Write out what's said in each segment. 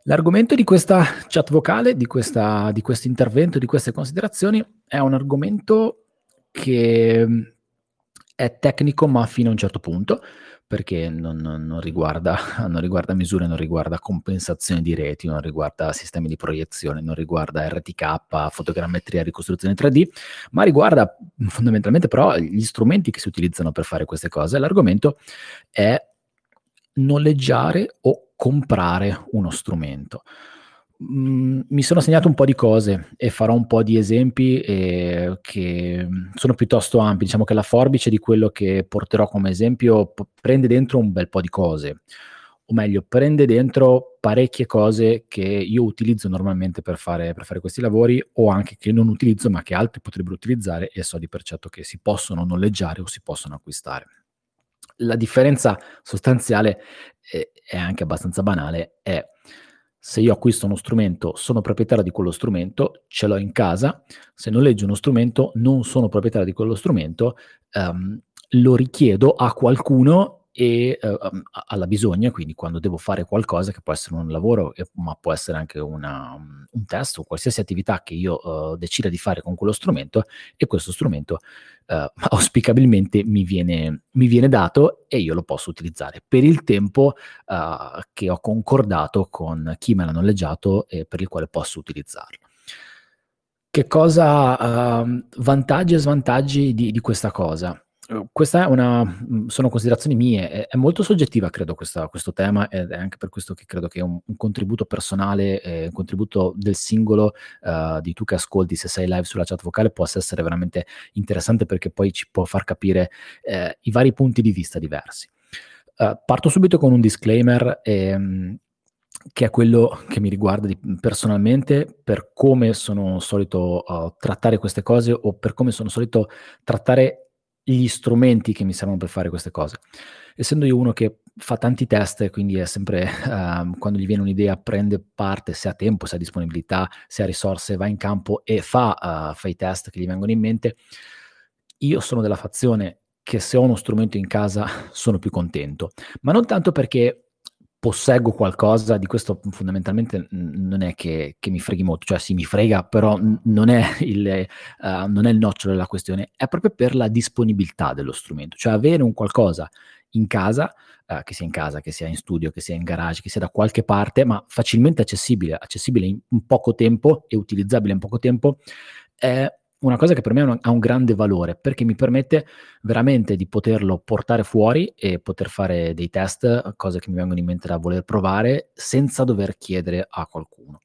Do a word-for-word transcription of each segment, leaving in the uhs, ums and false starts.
L'argomento di questa chat vocale, di questa di questo intervento, di queste considerazioni, è un argomento che mhmm, è tecnico, ma fino a un certo punto, perché non non non riguarda non riguarda misure, non riguarda compensazione di reti, non riguarda sistemi di proiezione, non riguarda R T K, fotogrammetria, ricostruzione tre D, ma riguarda mhmm, fondamentalmente però gli strumenti che si utilizzano per fare queste cose. L'argomento è noleggiare o comprare uno strumento. Mhmm, mi sono segnato un po' di cose e farò un po' di esempi, ehm, che, mhmm, sono piuttosto ampi. Diciamo che la forbice di quello che porterò come esempio p prende dentro un bel po' di cose, o meglio prende dentro parecchie cose che io utilizzo normalmente per fare per fare questi lavori, o anche che non utilizzo, ma che altri potrebbero utilizzare e so di per certo che si possono noleggiare o si possono acquistare. La differenza sostanziale, e è anche abbastanza banale, è: se io acquisto uno strumento, sono proprietario di quello strumento, ce l'ho in casa; se noleggio uno strumento, non sono proprietario di quello strumento, ehm, lo richiedo a qualcuno e, uhm, uhm, a alla bisogna, quindi quando devo fare qualcosa che può essere un lavoro, e ma può essere anche una mhmm, un test o qualsiasi attività che io, uhm, decida di fare con quello strumento, e questo strumento, uhm, auspicabilmente mi viene mi viene dato e io lo posso utilizzare per il tempo, uhm, che ho concordato con chi me l'ha noleggiato e per il quale posso utilizzarlo. Che cosa uhm, vantaggi e svantaggi di di questa cosa? Uhm, questa è una mhmm, sono considerazioni mie, è è molto soggettiva credo questa questo tema, ed è anche per questo che credo che un un contributo personale, ehm, un contributo del singolo, uhm, di tu che ascolti, se sei live sulla chat vocale, possa essere veramente interessante, perché poi ci può far capire, ehm, i vari punti di vista diversi. Uhm, parto subito con un disclaimer, ehm, che è quello che mi riguarda di mhmm, personalmente, per come sono solito, uhm, trattare queste cose, o per come sono solito trattare gli strumenti che mi servono per fare queste cose. Essendo io uno che fa tanti test e quindi è sempre uhm, quando gli viene un'idea prende parte, se ha tempo, se ha disponibilità, se ha risorse, va in campo e fa uhm, fa i test che gli vengono in mente. Io sono della fazione che se ho uno strumento in casa sono più contento, ma non tanto perché posseggo qualcosa di questo, mhmm, fondamentalmente, n non è che che mi freghi molto, cioè sì mi frega, però n non è il uhm, non è il nocciolo della questione, è proprio per la disponibilità dello strumento, cioè avere un qualcosa in casa, uhm, che sia in casa, che sia in studio, che sia in garage, che sia da qualche parte, ma facilmente accessibile, accessibile in in poco tempo e utilizzabile in poco tempo, è una cosa che per me ha una ha un grande valore, perché mi permette veramente di poterlo portare fuori e poter fare dei test, cose che mi vengono in mente da voler provare, senza dover chiedere a qualcuno.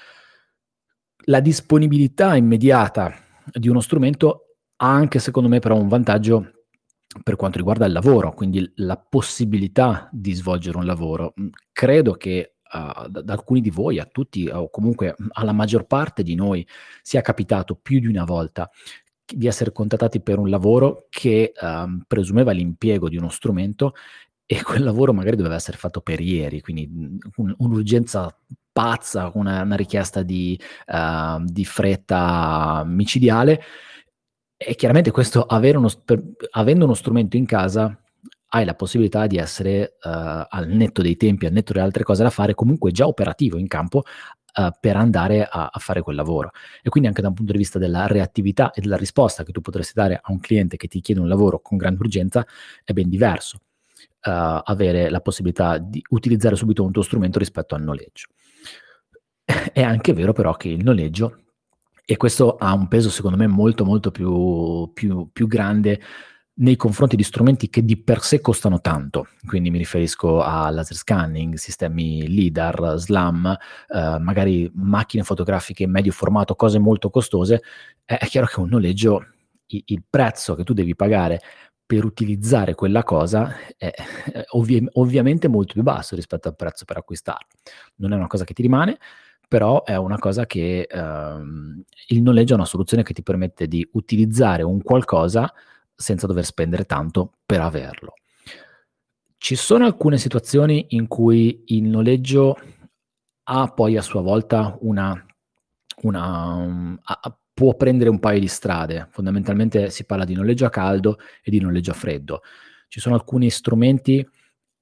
La disponibilità immediata di uno strumento ha anche secondo me però un vantaggio per quanto riguarda il lavoro, quindi l la possibilità di svolgere un lavoro. Mhmm, credo che a ad ad alcuni di voi, a tutti o comunque, mhmm, alla maggior parte di noi sia capitato più di una volta c di essere contattati per un lavoro che, uhm, presumeva l'impiego di uno strumento, e quel lavoro magari doveva essere fatto per ieri, quindi, mhmm, un un'urgenza pazza, una una richiesta di uhm, di fretta micidiale, e chiaramente questo avere uno st avendo uno strumento in casa, hai la possibilità di essere, uhm, al netto dei tempi, al netto delle altre cose da fare, comunque già operativo in campo, uhm, per andare a a fare quel lavoro. E quindi anche da un punto di vista della reattività e della risposta che tu potresti dare a un cliente che ti chiede un lavoro con grande urgenza è ben diverso, uhm, avere la possibilità di utilizzare subito un tuo strumento rispetto al noleggio. È anche vero però che il noleggio, e questo ha un peso secondo me molto, molto più più più grande nei confronti di strumenti che di per sé costano tanto, quindi mi riferisco a laser scanning, sistemi LiDAR, SLAM, uhm, magari macchine fotografiche in medio formato, cose molto costose, è è chiaro che un noleggio, i il prezzo che tu devi pagare per utilizzare quella cosa è è ovviem ovviamente molto più basso rispetto al prezzo per acquistarlo. Non è una cosa che ti rimane, però è una cosa che uhm, il noleggio è una soluzione che ti permette di utilizzare un qualcosa senza dover spendere tanto per averlo. Ci sono alcune situazioni in cui il noleggio ha poi a sua volta una una mhmm, ha ha può prendere un paio di strade. Fondamentalmente si parla di noleggio a caldo e di noleggio a freddo. Ci sono alcuni strumenti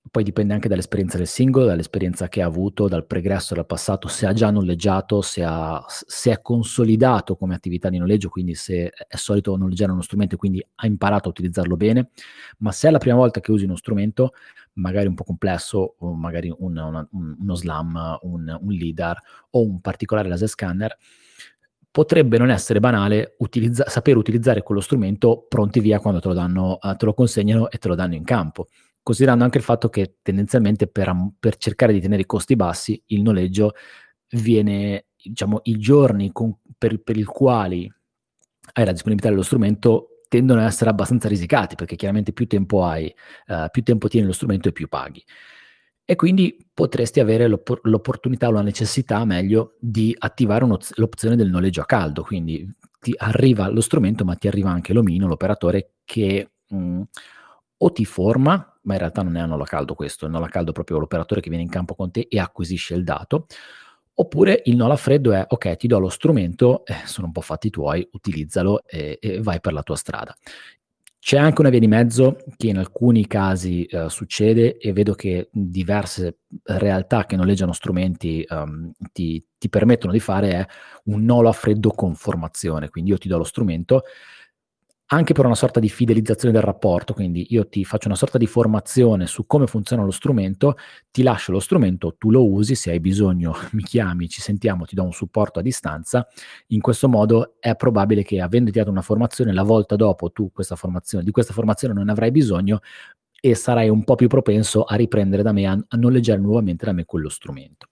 poi dipende anche dall'esperienza del singolo, dall'esperienza che ha avuto, dal pregresso, dal passato, se ha già noleggiato, se, ha, se è consolidato come attività di noleggio, quindi se è solito noleggiare uno strumento e quindi ha imparato a utilizzarlo bene. Ma se è la prima volta che usi uno strumento, magari un po' complesso, o magari un, una, un, uno SLAM, un, un LiDAR o un particolare laser scanner, potrebbe non essere banale utilizza- saper utilizzare quello strumento pronti via quando te lo danno, uh, te lo consegnano e te lo danno in campo. Considerando anche il fatto che tendenzialmente per, per cercare di tenere i costi bassi, il noleggio viene, diciamo, i giorni con, per, per i quali hai la disponibilità dello strumento tendono ad essere abbastanza risicati, perché chiaramente più tempo hai, uh, più tempo tieni lo strumento e più paghi. E quindi potresti avere l'opp- l'opportunità o la necessità, meglio, di attivare l'opzione del noleggio a caldo, quindi ti arriva lo strumento, ma ti arriva anche l'omino, l'operatore, che mh, o ti forma, ma in realtà non è a nola caldo questo, il nola caldo è proprio l'operatore che viene in campo con te e acquisisce il dato, oppure il nola freddo è, ok, ti do lo strumento, eh, sono un po' fatti tuoi, utilizzalo e, e vai per la tua strada. C'è anche una via di mezzo che in alcuni casi uh, succede, e vedo che diverse realtà che noleggiano strumenti um, ti, ti permettono di fare, è un nolo a freddo con formazione. Quindi io ti do lo strumento anche per una sorta di fidelizzazione del rapporto, quindi io ti faccio una sorta di formazione su come funziona lo strumento, ti lascio lo strumento, tu lo usi, se hai bisogno mi chiami, ci sentiamo, ti do un supporto a distanza. In questo modo è probabile che, avendoti dato una formazione, la volta dopo tu questa formazione, di questa formazione non avrai bisogno e sarai un po' più propenso a riprendere da me, a, a noleggiare nuovamente da me quello strumento.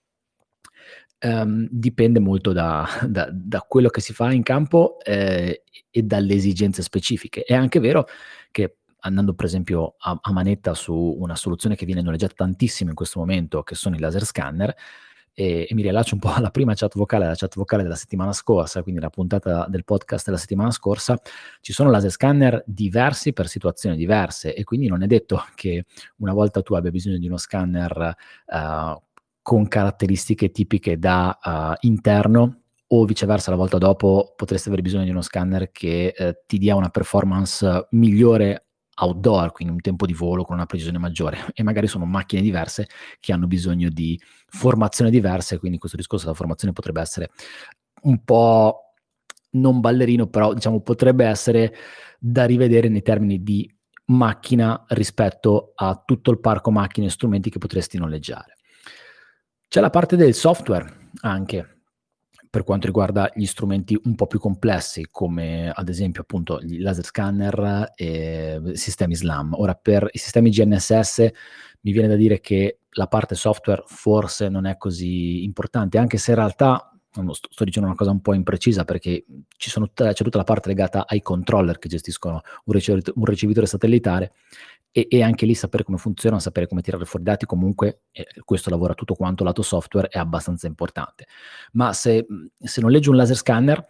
Um, dipende molto da, da, da quello che si fa in campo eh, e dalle esigenze specifiche. È anche vero che, andando per esempio a, a manetta su una soluzione che viene noleggiata tantissimo in questo momento, che sono i laser scanner, e, e mi riallaccio un po' alla prima chat vocale, la chat vocale della settimana scorsa, quindi la puntata del podcast della settimana scorsa, ci sono laser scanner diversi per situazioni diverse, e quindi non è detto che una volta tu abbia bisogno di uno scanner uh, con caratteristiche tipiche da uh, interno, o viceversa la volta dopo potresti avere bisogno di uno scanner che eh, ti dia una performance migliore outdoor, quindi un tempo di volo con una precisione maggiore, e magari sono macchine diverse che hanno bisogno di formazione diverse, quindi questo discorso della formazione potrebbe essere un po' non ballerino, però diciamo potrebbe essere da rivedere nei termini di macchina rispetto a tutto il parco macchine e strumenti che potresti noleggiare. C'è la parte del software anche, per quanto riguarda gli strumenti un po' più complessi, come ad esempio appunto gli laser scanner e sistemi SLAM. Ora, per i sistemi G N S S mi viene da dire che la parte software forse non è così importante, anche se in realtà, sto, sto dicendo una cosa un po' imprecisa, perché ci sono t- c'è tutta la parte legata ai controller che gestiscono un, ricevit- un ricevitore satellitare, e, e anche lì sapere come funziona, sapere come tirare fuori i dati, comunque eh, questo lavora tutto quanto lato software, è abbastanza importante. Ma se, se noleggio un laser scanner,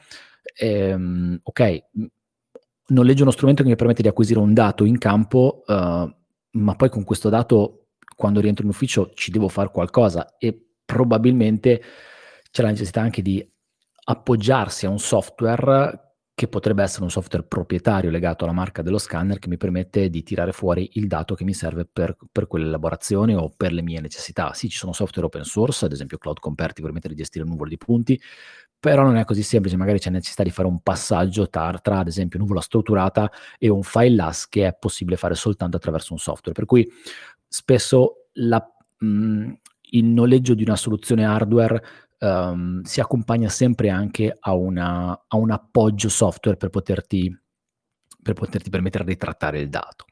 ehm, ok, noleggio uno strumento che mi permette di acquisire un dato in campo, uh, ma poi con questo dato, quando rientro in ufficio, ci devo fare qualcosa, e probabilmente c'è la necessità anche di appoggiarsi a un software che potrebbe essere un software proprietario legato alla marca dello scanner, che mi permette di tirare fuori il dato che mi serve per, per quelle elaborazioni o per le mie necessità. Sì, ci sono software open source, ad esempio Cloud Compare ti permette di gestire un numero di punti, però non è così semplice, magari c'è necessità di fare un passaggio tra, tra ad esempio nuvola strutturata e un file A S, che è possibile fare soltanto attraverso un software, per cui spesso la, mh, il noleggio di una soluzione hardware Um, si accompagna sempre anche a, una, a un appoggio software per poterti, per poterti permettere di trattare il dato.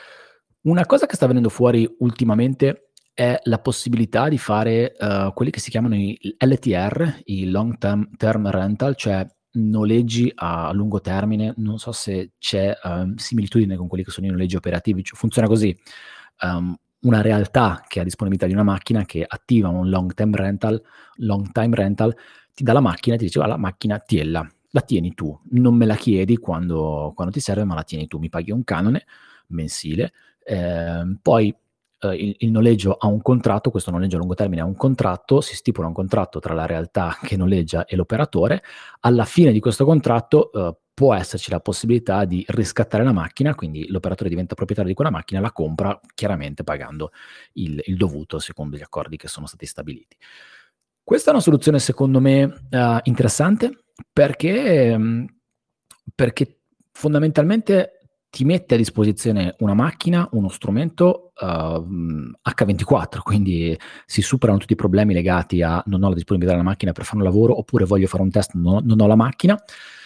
Una cosa che sta venendo fuori ultimamente è la possibilità di fare uh, quelli che si chiamano i L T R, i Long Term, term Rental, cioè noleggi a lungo termine. Non so se c'è um, similitudine con quelli che sono i noleggi operativi. Cioè, funziona così. Um, una realtà che ha disponibilità di una macchina, che attiva un long term rental, long time rental, ti dà la macchina e ti dice: ah, la macchina tiella, la tieni tu, non me la chiedi quando, quando ti serve, ma la tieni tu, mi paghi un canone mensile, eh, poi eh, il, il noleggio ha un contratto, questo noleggio a lungo termine ha un contratto, si stipula un contratto tra la realtà che noleggia e l'operatore. Alla fine di questo contratto eh, può esserci la possibilità di riscattare la macchina, quindi l'operatore diventa proprietario di quella macchina, la compra chiaramente pagando il, il dovuto secondo gli accordi che sono stati stabiliti. Questa è una soluzione secondo me uh, interessante perché, um, perché fondamentalmente ti mette a disposizione una macchina, uno strumento uh, acca ventiquattro, quindi si superano tutti i problemi legati a non ho la disponibilità della macchina per fare un lavoro, oppure voglio fare un test, non ho, non ho la macchina.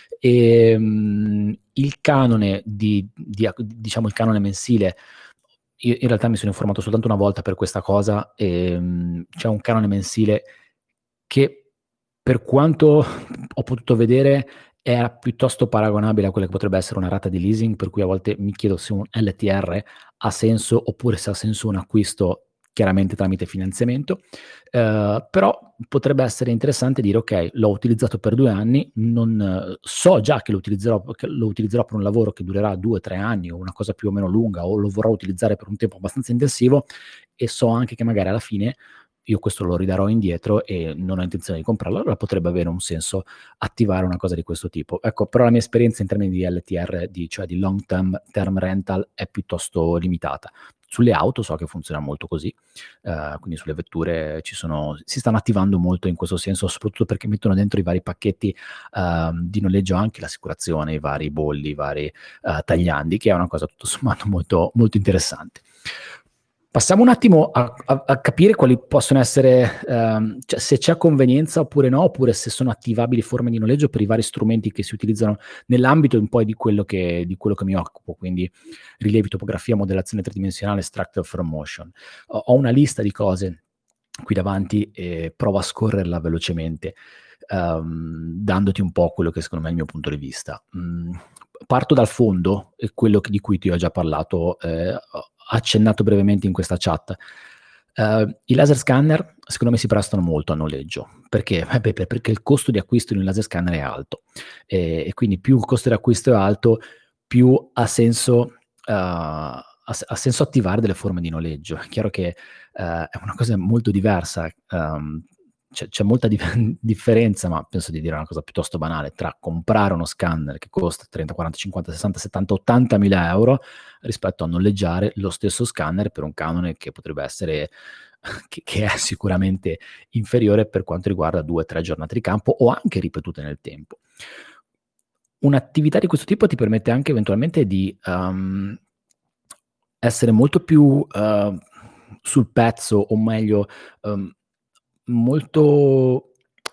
E um, il canone di, di, diciamo il canone mensile, io in realtà mi sono informato soltanto una volta per questa cosa, e um, c'è un canone mensile che, per quanto ho potuto vedere, era piuttosto paragonabile a quella che potrebbe essere una rata di leasing, per cui a volte mi chiedo se un L T R ha senso, oppure se ha senso un acquisto chiaramente tramite finanziamento. Uh, però potrebbe essere interessante dire ok, l'ho utilizzato per due anni, non, so già che lo utilizzerò, che lo utilizzerò per un lavoro che durerà due o tre anni o una cosa più o meno lunga, o lo vorrò utilizzare per un tempo abbastanza intensivo, e so anche che magari alla fine io questo lo ridarò indietro e non ho intenzione di comprarlo, allora potrebbe avere un senso attivare una cosa di questo tipo. Ecco, però la mia esperienza in termini di L T R, di, cioè di long term, term rental, è piuttosto limitata. Sulle auto so che funziona molto così, uh, quindi sulle vetture ci sono, si stanno attivando molto in questo senso, soprattutto perché mettono dentro i vari pacchetti uh, di noleggio anche l'assicurazione, i vari bolli, i vari uh, tagliandi, che è una cosa tutto sommato molto, molto interessante. Passiamo un attimo a, a, a capire quali possono essere, um, cioè se c'è convenienza oppure no, oppure se sono attivabili forme di noleggio per i vari strumenti che si utilizzano nell'ambito un po' di quello che, di quello che mi occupo, quindi rilievi, topografia, modellazione tridimensionale, structure from motion. Ho, ho una lista di cose qui davanti e provo a scorrerla velocemente, um, dandoti un po' quello che secondo me è il mio punto di vista. Mm, parto dal fondo, e quello che, di cui ti ho già parlato, eh, accennato brevemente in questa chat. Uh, I laser scanner secondo me si prestano molto a noleggio, perché? Eh beh, perché il costo di acquisto di un laser scanner è alto, e, e quindi più il costo di acquisto è alto, più ha senso, uh, ha, ha senso attivare delle forme di noleggio. È chiaro che uh, è una cosa molto diversa, um, c'è, c'è molta dif- differenza, ma penso di dire una cosa piuttosto banale, tra comprare uno scanner che costa trenta, quaranta, cinquanta, sessanta, settanta, ottantamila mila euro rispetto a noleggiare lo stesso scanner per un canone che potrebbe essere, che, che è sicuramente inferiore per quanto riguarda due o tre giornate di campo o anche ripetute nel tempo. Un'attività di questo tipo ti permette anche eventualmente di um, essere molto più uh, sul pezzo, o meglio um, molto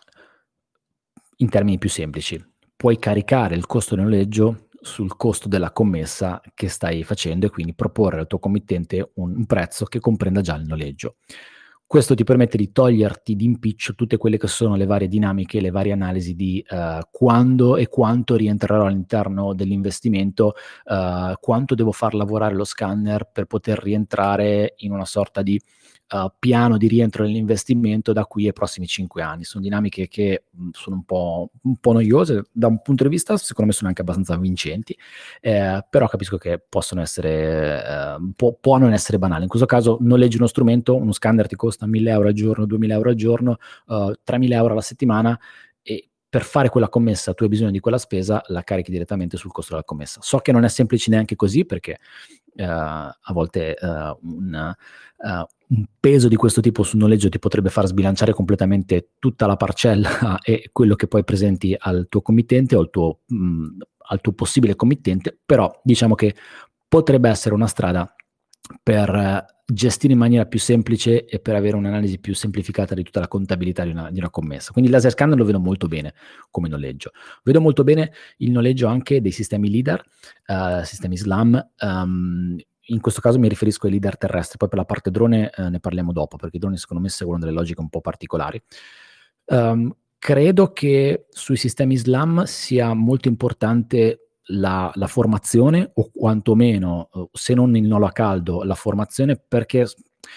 in termini più semplici. Puoi caricare il costo del noleggio sul costo della commessa che stai facendo e quindi proporre al tuo committente un, un prezzo che comprenda già il noleggio. Questo ti permette di toglierti d'impiccio tutte quelle che sono le varie dinamiche, le varie analisi di uh, quando e quanto rientrerò all'interno dell'investimento, uh, quanto devo far lavorare lo scanner per poter rientrare in una sorta di uh, piano di rientro nell'investimento da qui ai prossimi cinque anni. Sono dinamiche che mh, sono un po', un po' noiose, da un punto di vista secondo me sono anche abbastanza vincenti, eh, però capisco che possono essere, eh, può, può non essere banale. In questo caso noleggi uno strumento, uno scanner ti costa mille euro al giorno, duemila euro al giorno, uh, tremila euro alla settimana, e per fare quella commessa tu hai bisogno di quella spesa, la carichi direttamente sul costo della commessa. So che non è semplice neanche così, perché uh, a volte uh, un, uh, un peso di questo tipo sul noleggio ti potrebbe far sbilanciare completamente tutta la parcella e quello che poi presenti al tuo committente o al tuo, mh, al tuo possibile committente, però diciamo che potrebbe essere una strada per gestire in maniera più semplice e per avere un'analisi più semplificata di tutta la contabilità di una, di una commessa. Quindi il laser scanner lo vedo molto bene come noleggio. Vedo molto bene il noleggio anche dei sistemi LiDAR, uh, sistemi SLAM. Um, in questo caso mi riferisco ai LiDAR terrestri, poi per la parte drone uh, ne parliamo dopo, perché i droni secondo me seguono delle logiche un po' particolari. Um, credo che sui sistemi SLAM sia molto importante La, la formazione, o quantomeno, se non il nolo a caldo, la formazione, perché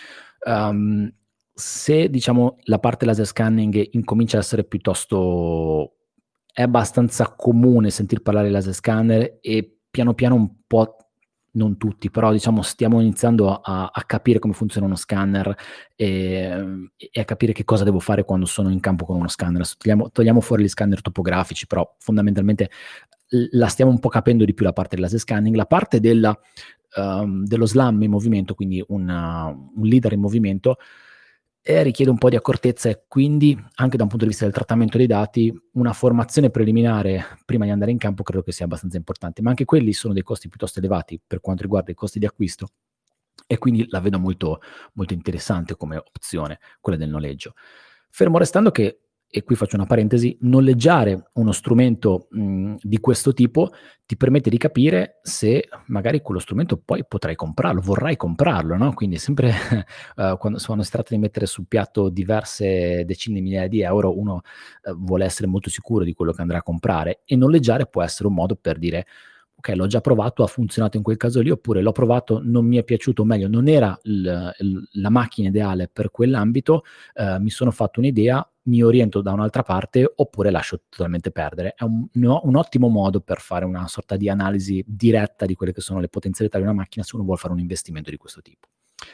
um, se diciamo la parte laser scanning incomincia a essere piuttosto, è abbastanza comune sentir parlare di laser scanner e piano piano un po' non tutti, però diciamo stiamo iniziando a, a capire come funziona uno scanner e, e a capire che cosa devo fare quando sono in campo con uno scanner. Togliamo, togliamo fuori gli scanner topografici, però fondamentalmente la stiamo un po' capendo di più la parte del laser scanning, la parte della, um, dello SLAM in movimento, quindi una, un leader in movimento, e richiede un po' di accortezza e quindi anche da un punto di vista del trattamento dei dati una formazione preliminare prima di andare in campo credo che sia abbastanza importante, ma anche quelli sono dei costi piuttosto elevati per quanto riguarda i costi di acquisto e quindi la vedo molto, molto interessante come opzione, quella del noleggio. Fermo restando che, e qui faccio una parentesi, noleggiare uno strumento mh, di questo tipo ti permette di capire se magari quello strumento poi potrai comprarlo, vorrai comprarlo, no? Quindi sempre uh, quando, quando si tratta di mettere sul piatto diverse decine di migliaia di euro, uno uh, vuole essere molto sicuro di quello che andrà a comprare e noleggiare può essere un modo per dire ok, l'ho già provato, ha funzionato in quel caso lì, oppure l'ho provato, non mi è piaciuto, o meglio, non era il, il, la macchina ideale per quell'ambito, eh, mi sono fatto un'idea, mi oriento da un'altra parte, oppure lascio totalmente perdere. È un, no, un ottimo modo per fare una sorta di analisi diretta di quelle che sono le potenzialità di una macchina se uno vuole fare un investimento di questo tipo.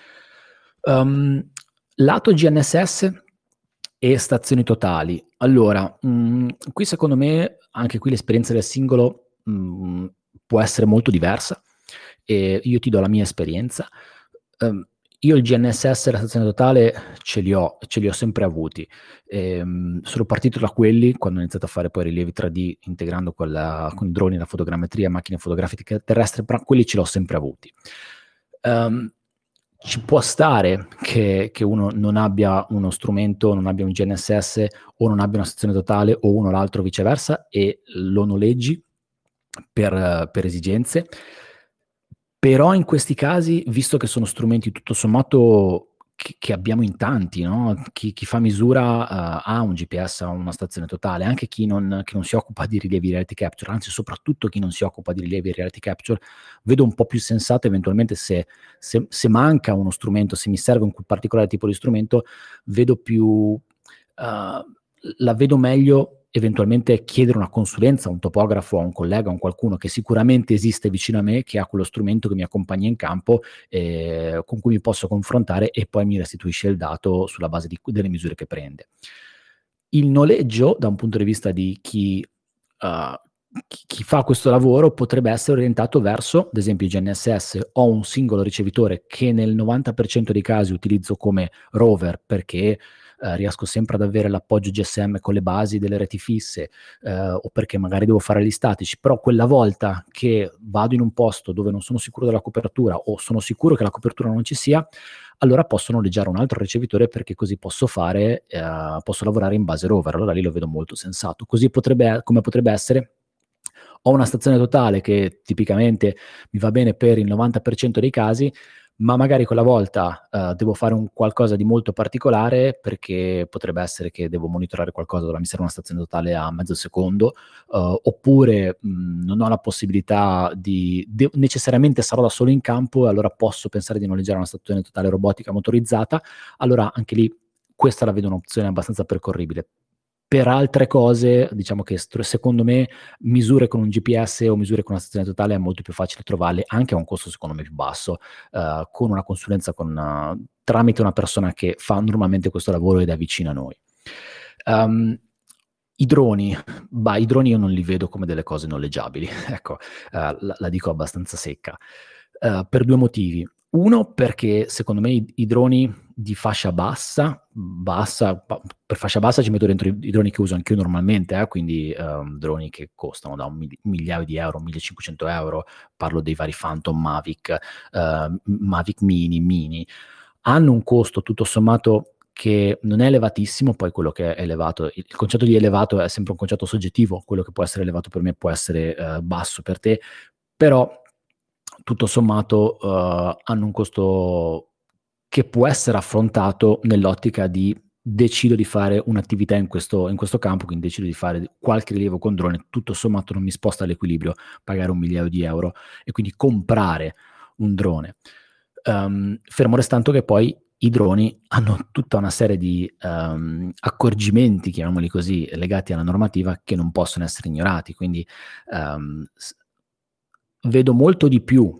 Um, lato G N S S e stazioni totali. Allora, mh, qui secondo me, anche qui l'esperienza del singolo mh, può essere molto diversa e io ti do la mia esperienza. Um, io il G N S S e la stazione totale ce li ho, ce li ho sempre avuti. Ehm, sono partito da quelli quando ho iniziato a fare poi rilievi tre D integrando quella, con droni, la fotogrammetria, macchine fotografiche terrestri, però quelli ce li ho sempre avuti. Um, ci può stare che, che uno non abbia uno strumento, non abbia un G N S S o non abbia una stazione totale o uno o l'altro viceversa e lo noleggi per, per esigenze. Però in questi casi, visto che sono strumenti tutto sommato che, che abbiamo in tanti, no? Chi, chi fa misura uh, ha un G P S, ha una stazione totale, anche chi non, che non si occupa di rilievi reality capture, anzi soprattutto chi non si occupa di rilievi reality capture, vedo un po' più sensato eventualmente se, se, se manca uno strumento, se mi serve un particolare tipo di strumento, vedo più, uh, la vedo meglio eventualmente chiedere una consulenza a un topografo, a un collega, a un qualcuno che sicuramente esiste vicino a me, che ha quello strumento che mi accompagna in campo, eh, con cui mi posso confrontare e poi mi restituisce il dato sulla base di, delle misure che prende. Il noleggio, da un punto di vista di chi, uh, chi, chi fa questo lavoro, potrebbe essere orientato verso, ad esempio, i G N S S. Ho un singolo ricevitore che nel novanta per cento dei casi utilizzo come rover perché Uh, riesco sempre ad avere l'appoggio G S M con le basi delle reti fisse uh, o perché magari devo fare gli statici, però quella volta che vado in un posto dove non sono sicuro della copertura o sono sicuro che la copertura non ci sia, allora posso noleggiare un altro ricevitore perché così posso fare, uh, posso lavorare in base rover, allora lì lo vedo molto sensato. Così potrebbe, come potrebbe essere, ho una stazione totale che tipicamente mi va bene per il novanta per cento dei casi, ma magari quella volta uh, devo fare un qualcosa di molto particolare perché potrebbe essere che devo monitorare qualcosa dove mi serve una stazione totale a mezzo secondo, uh, oppure mh, non ho la possibilità di, de- necessariamente sarò da solo in campo e allora posso pensare di noleggiare una stazione totale robotica motorizzata, allora anche lì questa la vedo un'opzione abbastanza percorribile. Per altre cose, diciamo che secondo me misure con un G P S o misure con una stazione totale è molto più facile trovarle, anche a un costo secondo me più basso, uh, con una consulenza con una, tramite una persona che fa normalmente questo lavoro ed è vicina a noi. Um, I droni, bah, i droni io non li vedo come delle cose noleggiabili, ecco, uh, la, la dico abbastanza secca, uh, per due motivi. Uno, perché secondo me i, i droni di fascia bassa, bassa, per fascia bassa ci metto dentro i, i droni che uso anch'io normalmente, eh, quindi um, droni che costano da un, mil- un migliaio di euro, millecinquecento euro, parlo dei vari Phantom, Mavic, uh, Mavic Mini, Mini, hanno un costo tutto sommato che non è elevatissimo, poi quello che è elevato, il concetto di elevato è sempre un concetto soggettivo, quello che può essere elevato per me può essere uh, basso per te, però tutto sommato uh, hanno un costo che può essere affrontato nell'ottica di decido di fare un'attività in questo, in questo campo, quindi decido di fare qualche rilievo con drone, tutto sommato non mi sposta all'equilibrio pagare un migliaio di euro e quindi comprare un drone. Um, fermo restando che poi i droni hanno tutta una serie di um, accorgimenti, chiamiamoli così, legati alla normativa che non possono essere ignorati, quindi um, vedo molto di più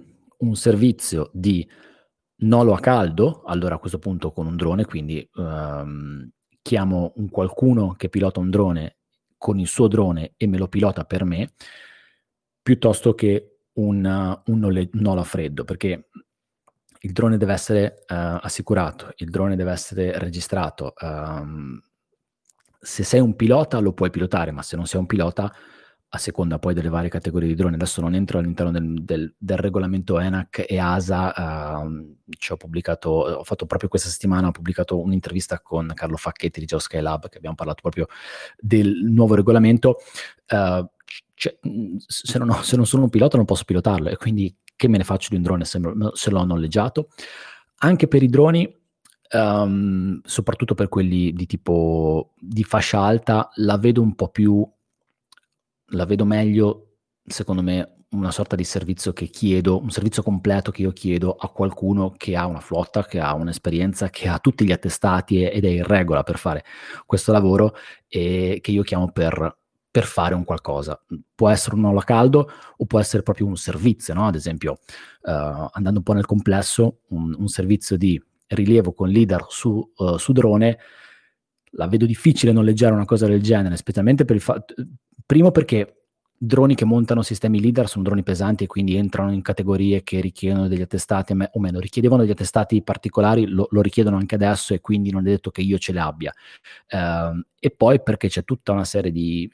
un servizio di nolo a caldo, allora a questo punto con un drone, quindi um, chiamo un qualcuno che pilota un drone con il suo drone e me lo pilota per me, piuttosto che un, un nole- nolo a freddo, perché il drone deve essere uh, assicurato, il drone deve essere registrato. Um, se sei un pilota lo puoi pilotare, ma se non sei un pilota, a seconda poi delle varie categorie di droni, adesso non entro all'interno del, del, del regolamento ENAC e A S A, uh, ci ho pubblicato, ho fatto proprio questa settimana, ho pubblicato un'intervista con Carlo Facchetti di GeoSkyLab, che abbiamo parlato proprio del nuovo regolamento. Uh, cioè, se, non ho, se non sono un pilota non posso pilotarlo, e quindi che me ne faccio di un drone se, se l'ho noleggiato? Anche per i droni, um, soprattutto per quelli di tipo di fascia alta, la vedo un po' più, la vedo meglio, secondo me, una sorta di servizio che chiedo, un servizio completo che io chiedo a qualcuno che ha una flotta, che ha un'esperienza, che ha tutti gli attestati ed è in regola per fare questo lavoro, e che io chiamo per, per fare un qualcosa. Può essere un nolo a caldo o può essere proprio un servizio, no? Ad esempio, uh, andando un po' nel complesso, un, un servizio di rilievo con LiDAR su, uh, su drone, la vedo difficile noleggiare una cosa del genere, specialmente per il fatto, primo perché droni che montano sistemi LiDAR sono droni pesanti e quindi entrano in categorie che richiedono degli attestati, o meno, richiedevano degli attestati particolari, lo, lo richiedono anche adesso, e quindi non è detto che io ce li abbia. Uh, e poi perché c'è tutta una serie di,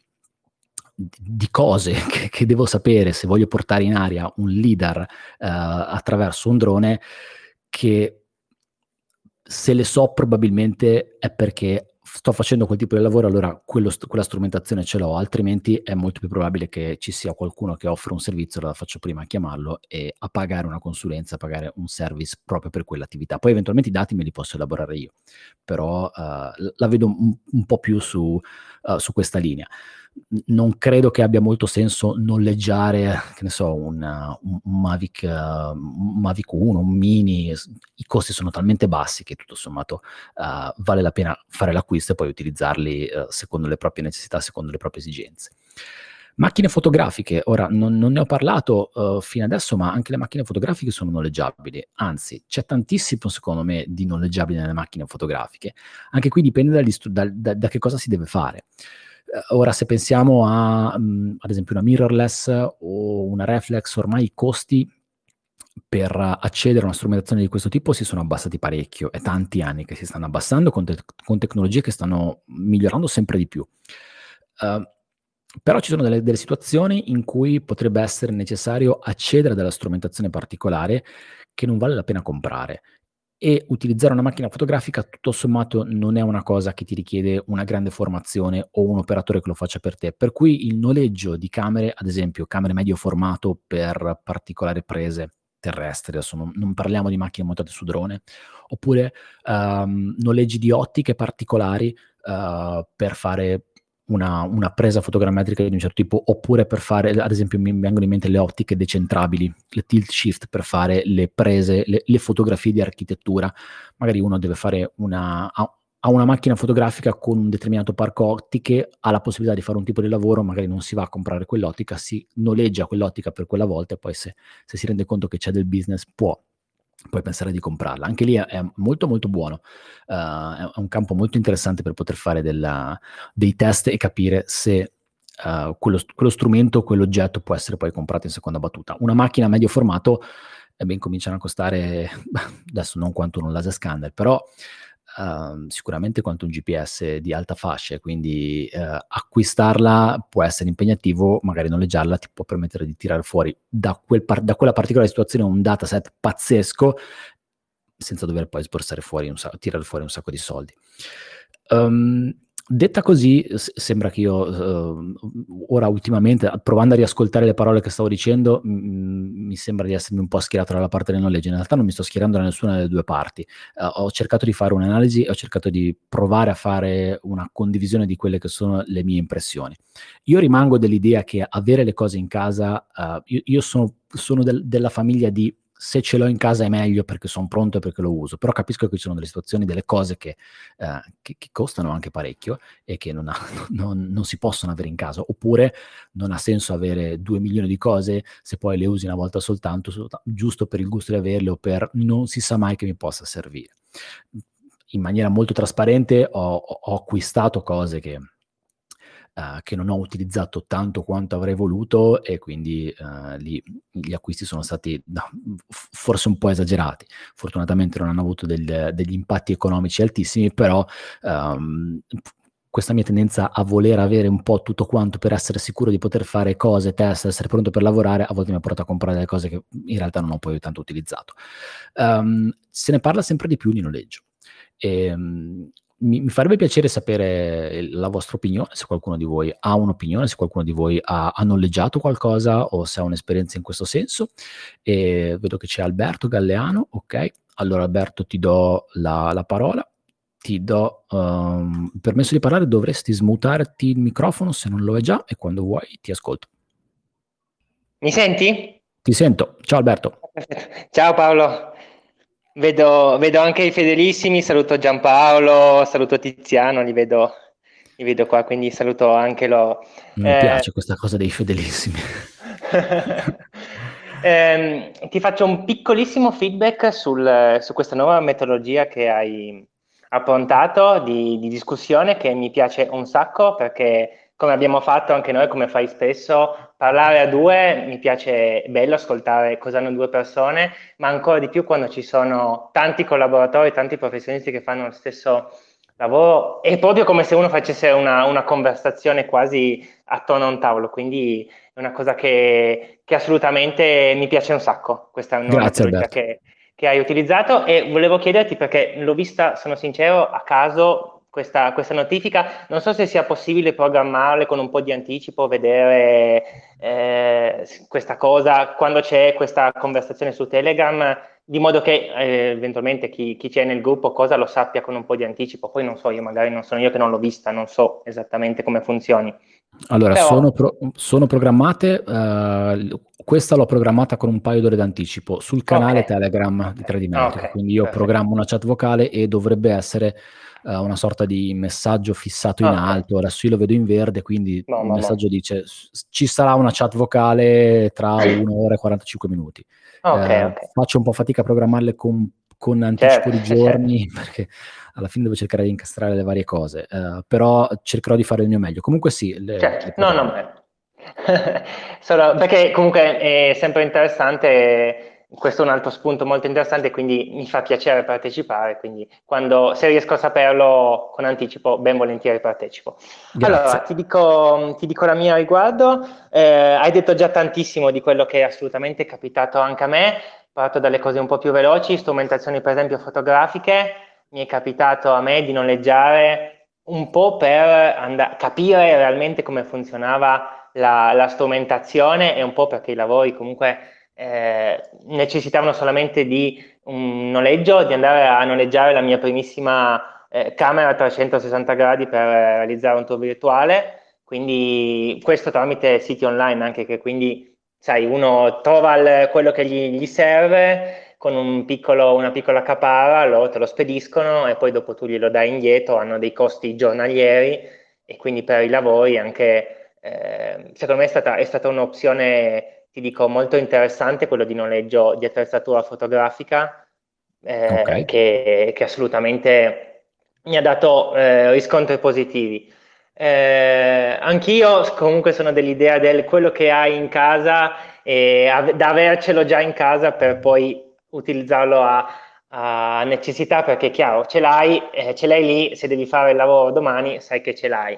di cose che, che devo sapere se voglio portare in aria un LiDAR uh, attraverso un drone, che se le so probabilmente è perché sto facendo quel tipo di lavoro, allora quello, quella strumentazione ce l'ho, altrimenti è molto più probabile che ci sia qualcuno che offre un servizio, allora faccio prima a chiamarlo e a pagare una consulenza, a pagare un service proprio per quell'attività. Poi eventualmente i dati me li posso elaborare io, però uh, la vedo un, un po' più su, uh, su questa linea. Non credo che abbia molto senso noleggiare, che ne so, un, un, un Mavic, uh, un Mavic uno, un Mini. I costi sono talmente bassi che tutto sommato uh, vale la pena fare l'acquisto e poi utilizzarli uh, secondo le proprie necessità, secondo le proprie esigenze. Macchine fotografiche, ora non, non ne ho parlato uh, fino adesso, ma anche le macchine fotografiche sono noleggiabili, anzi c'è tantissimo secondo me di noleggiabili nelle macchine fotografiche. Anche qui dipende dagli stu- da, da, da che cosa si deve fare. Ora, se pensiamo a, um, ad esempio, una mirrorless o una reflex, ormai i costi per accedere a una strumentazione di questo tipo si sono abbassati parecchio. È tanti anni che si stanno abbassando con, te- con tecnologie che stanno migliorando sempre di più. Uh, però ci sono delle, delle situazioni in cui potrebbe essere necessario accedere a della strumentazione particolare che non vale la pena comprare. E utilizzare una macchina fotografica tutto sommato non è una cosa che ti richiede una grande formazione o un operatore che lo faccia per te, per cui il noleggio di camere, ad esempio camere medio formato per particolari prese terrestri, adesso non, non parliamo di macchine montate su drone, oppure um, noleggi di ottiche particolari uh, per fare Una, una presa fotogrammetrica di un certo tipo, oppure per fare, ad esempio mi vengono in mente le ottiche decentrabili, le tilt shift per fare le prese, le, le fotografie di architettura. Magari uno deve fare una, ha, ha una macchina fotografica con un determinato parco ottiche, ha la possibilità di fare un tipo di lavoro, magari non si va a comprare quell'ottica, si noleggia quell'ottica per quella volta e poi se, se si rende conto che c'è del business può puoi pensare di comprarla. Anche lì è molto molto buono, uh, è un campo molto interessante per poter fare della, dei test e capire se uh, quello, quello strumento, quell'oggetto può essere poi comprato in seconda battuta. Una macchina a medio formato, eh ben, cominciano a costare, adesso non quanto un laser scanner, però Uh, sicuramente quanto un G P S di alta fascia, quindi uh, acquistarla può essere impegnativo, magari noleggiarla ti può permettere di tirare fuori da, quel par- da quella particolare situazione un dataset pazzesco senza dover poi sborsare fuori un sa- tirare fuori un sacco di soldi. Um, detta così, s- sembra che io uh, ora ultimamente, provando a riascoltare le parole che stavo dicendo, m- mi sembra di essermi un po' schierato dalla parte del noleggio. In realtà non mi sto schierando da nessuna delle due parti. Uh, ho cercato di fare un'analisi e ho cercato di provare a fare una condivisione di quelle che sono le mie impressioni. Io rimango dell'idea che avere le cose in casa, uh, io, io sono, sono del, della famiglia di se ce l'ho in casa è meglio perché sono pronto e perché lo uso, però capisco che ci sono delle situazioni, delle cose che, eh, che, che costano anche parecchio e che non, ha, non, non si possono avere in casa, oppure non ha senso avere due milioni di cose se poi le usi una volta soltanto, giusto per il gusto di averle o per non si sa mai che mi possa servire. In maniera molto trasparente ho, ho acquistato cose che Uh, che non ho utilizzato tanto quanto avrei voluto e quindi uh, lì, gli acquisti sono stati no, forse un po' esagerati. Fortunatamente non hanno avuto del, degli impatti economici altissimi, però um, questa mia tendenza a voler avere un po' tutto quanto per essere sicuro di poter fare cose, test, essere pronto per lavorare, a volte mi ha portato a comprare delle cose che in realtà non ho poi tanto utilizzato. Um, se ne parla sempre di più di noleggio. E, um, Mi, mi farebbe piacere sapere la vostra opinione, se qualcuno di voi ha un'opinione, se qualcuno di voi ha, ha noleggiato qualcosa o se ha un'esperienza in questo senso. E vedo che c'è Alberto Galleano, ok. Allora Alberto ti do la, la parola, ti do um, il permesso di parlare, dovresti smutarti il microfono se non lo è già e quando vuoi ti ascolto. Mi senti? Ti sento, ciao Alberto. Ciao Paolo. Vedo, vedo anche i fedelissimi, saluto Giampaolo, saluto Tiziano, li vedo, li vedo qua, quindi saluto anche loro. Mi Eh, piace questa cosa dei fedelissimi. eh, ti faccio un piccolissimo feedback sul, su questa nuova metodologia che hai approntato di, di discussione, che mi piace un sacco perché, come abbiamo fatto anche noi, come fai spesso, parlare a due mi piace, è bello ascoltare cosa hanno due persone, ma ancora di più quando ci sono tanti collaboratori, tanti professionisti che fanno lo stesso lavoro, è proprio come se uno facesse una, una conversazione quasi attorno a un tavolo, quindi è una cosa che, che assolutamente mi piace un sacco, questa è una nuova Grazie metodologia Alberto. che, che hai utilizzato e volevo chiederti perché l'ho vista, sono sincero, a caso questa, questa notifica, non so se sia possibile programmarle con un po' di anticipo, vedere eh, questa cosa quando c'è questa conversazione su Telegram, di modo che eh, eventualmente chi, chi c'è nel gruppo cosa lo sappia con un po' di anticipo. Poi non so, io magari non sono io che non l'ho vista, non so esattamente come funzioni. Allora, Però, sono, pro- sono programmate, eh, questa l'ho programmata con un paio d'ore d'anticipo sul ok, canale Telegram di ok, tre D Metrica, ok, quindi io perfetto. programmo una chat vocale e dovrebbe essere eh, una sorta di messaggio fissato in Ok, alto. Adesso io lo vedo in verde, quindi no, il no, no. messaggio dice "S- ci sarà una chat vocale tra un'ora e quarantacinque minuti". Ok, Eh, ok, faccio un po' fatica a programmarle con, con anticipo certo, di certo. giorni perché alla fine devo cercare di incastrare le varie cose, eh, però cercherò di fare il mio meglio. Comunque sì, le, le Certo, no, no, programmo. ma solo perché comunque è sempre interessante, questo è un altro spunto molto interessante, quindi mi fa piacere partecipare, quindi quando, se riesco a saperlo con anticipo, ben volentieri partecipo. Allora, Grazie. ti dico, ti dico la mia a riguardo, eh, hai detto già tantissimo di quello che è assolutamente capitato anche a me, parto dalle cose un po' più veloci, strumentazioni per esempio fotografiche, mi è capitato a me di noleggiare un po' per and- capire realmente come funzionava la, la strumentazione e un po' perché i lavori comunque eh, necessitavano solamente di un noleggio, di andare a noleggiare la mia primissima eh, camera a trecentosessanta gradi per realizzare un tour virtuale, quindi questo tramite siti online anche che quindi, sai, uno trova il- quello che gli, gli serve con un piccolo, una piccola caparra, loro te lo spediscono e poi dopo tu glielo dai indietro, hanno dei costi giornalieri e quindi per i lavori anche, eh, secondo me è stata, è stata un'opzione, ti dico, molto interessante quello di noleggio di attrezzatura fotografica, Ok. eh, che, che assolutamente mi ha dato eh, riscontri positivi. Eh, anch'io comunque sono dell'idea del quello che hai in casa e av- da avercelo già in casa per poi utilizzarlo a, a necessità, perché è chiaro, ce l'hai, eh, ce l'hai lì, se devi fare il lavoro domani sai che ce l'hai.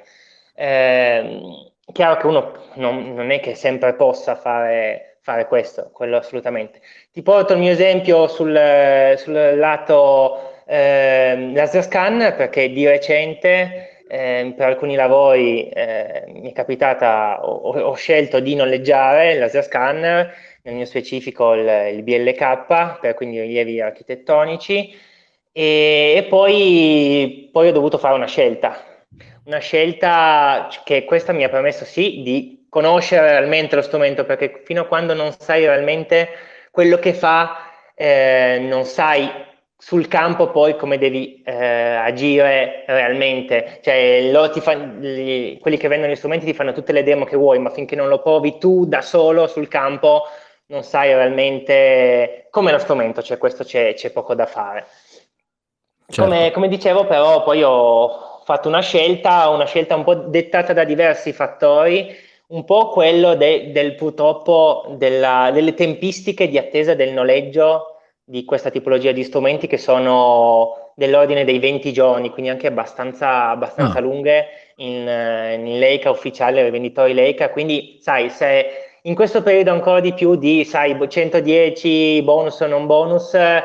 Eh, chiaro che uno non, non è che sempre possa fare, fare questo, quello assolutamente. Ti porto il mio esempio sul, sul lato eh, laser scan, perché di recente eh, per alcuni lavori eh, mi è capitata, ho, ho scelto di noleggiare il laser scanner, nel mio specifico il, il B L K, per quindi rilievi architettonici, e, e poi, poi ho dovuto fare una scelta. Una scelta che questa mi ha permesso sì di conoscere realmente lo strumento, perché fino a quando non sai realmente quello che fa, eh, non sai sul campo poi come devi eh, agire realmente, cioè loro ti fa, gli, quelli che vendono gli strumenti ti fanno tutte le demo che vuoi, ma finché non lo provi tu da solo sul campo non sai realmente come lo strumento, cioè questo c'è, c'è poco da fare. Certo. Come, come dicevo però poi ho fatto una scelta, una scelta un po' dettata da diversi fattori, un po' quello de, del purtroppo della, delle tempistiche di attesa del noleggio di questa tipologia di strumenti che sono dell'ordine dei venti giorni, quindi anche abbastanza, abbastanza Ah. lunghe in, in Leica ufficiale, rivenditori Leica, quindi sai, se in questo periodo ancora di più di, sai, centodieci bonus o non bonus, eh,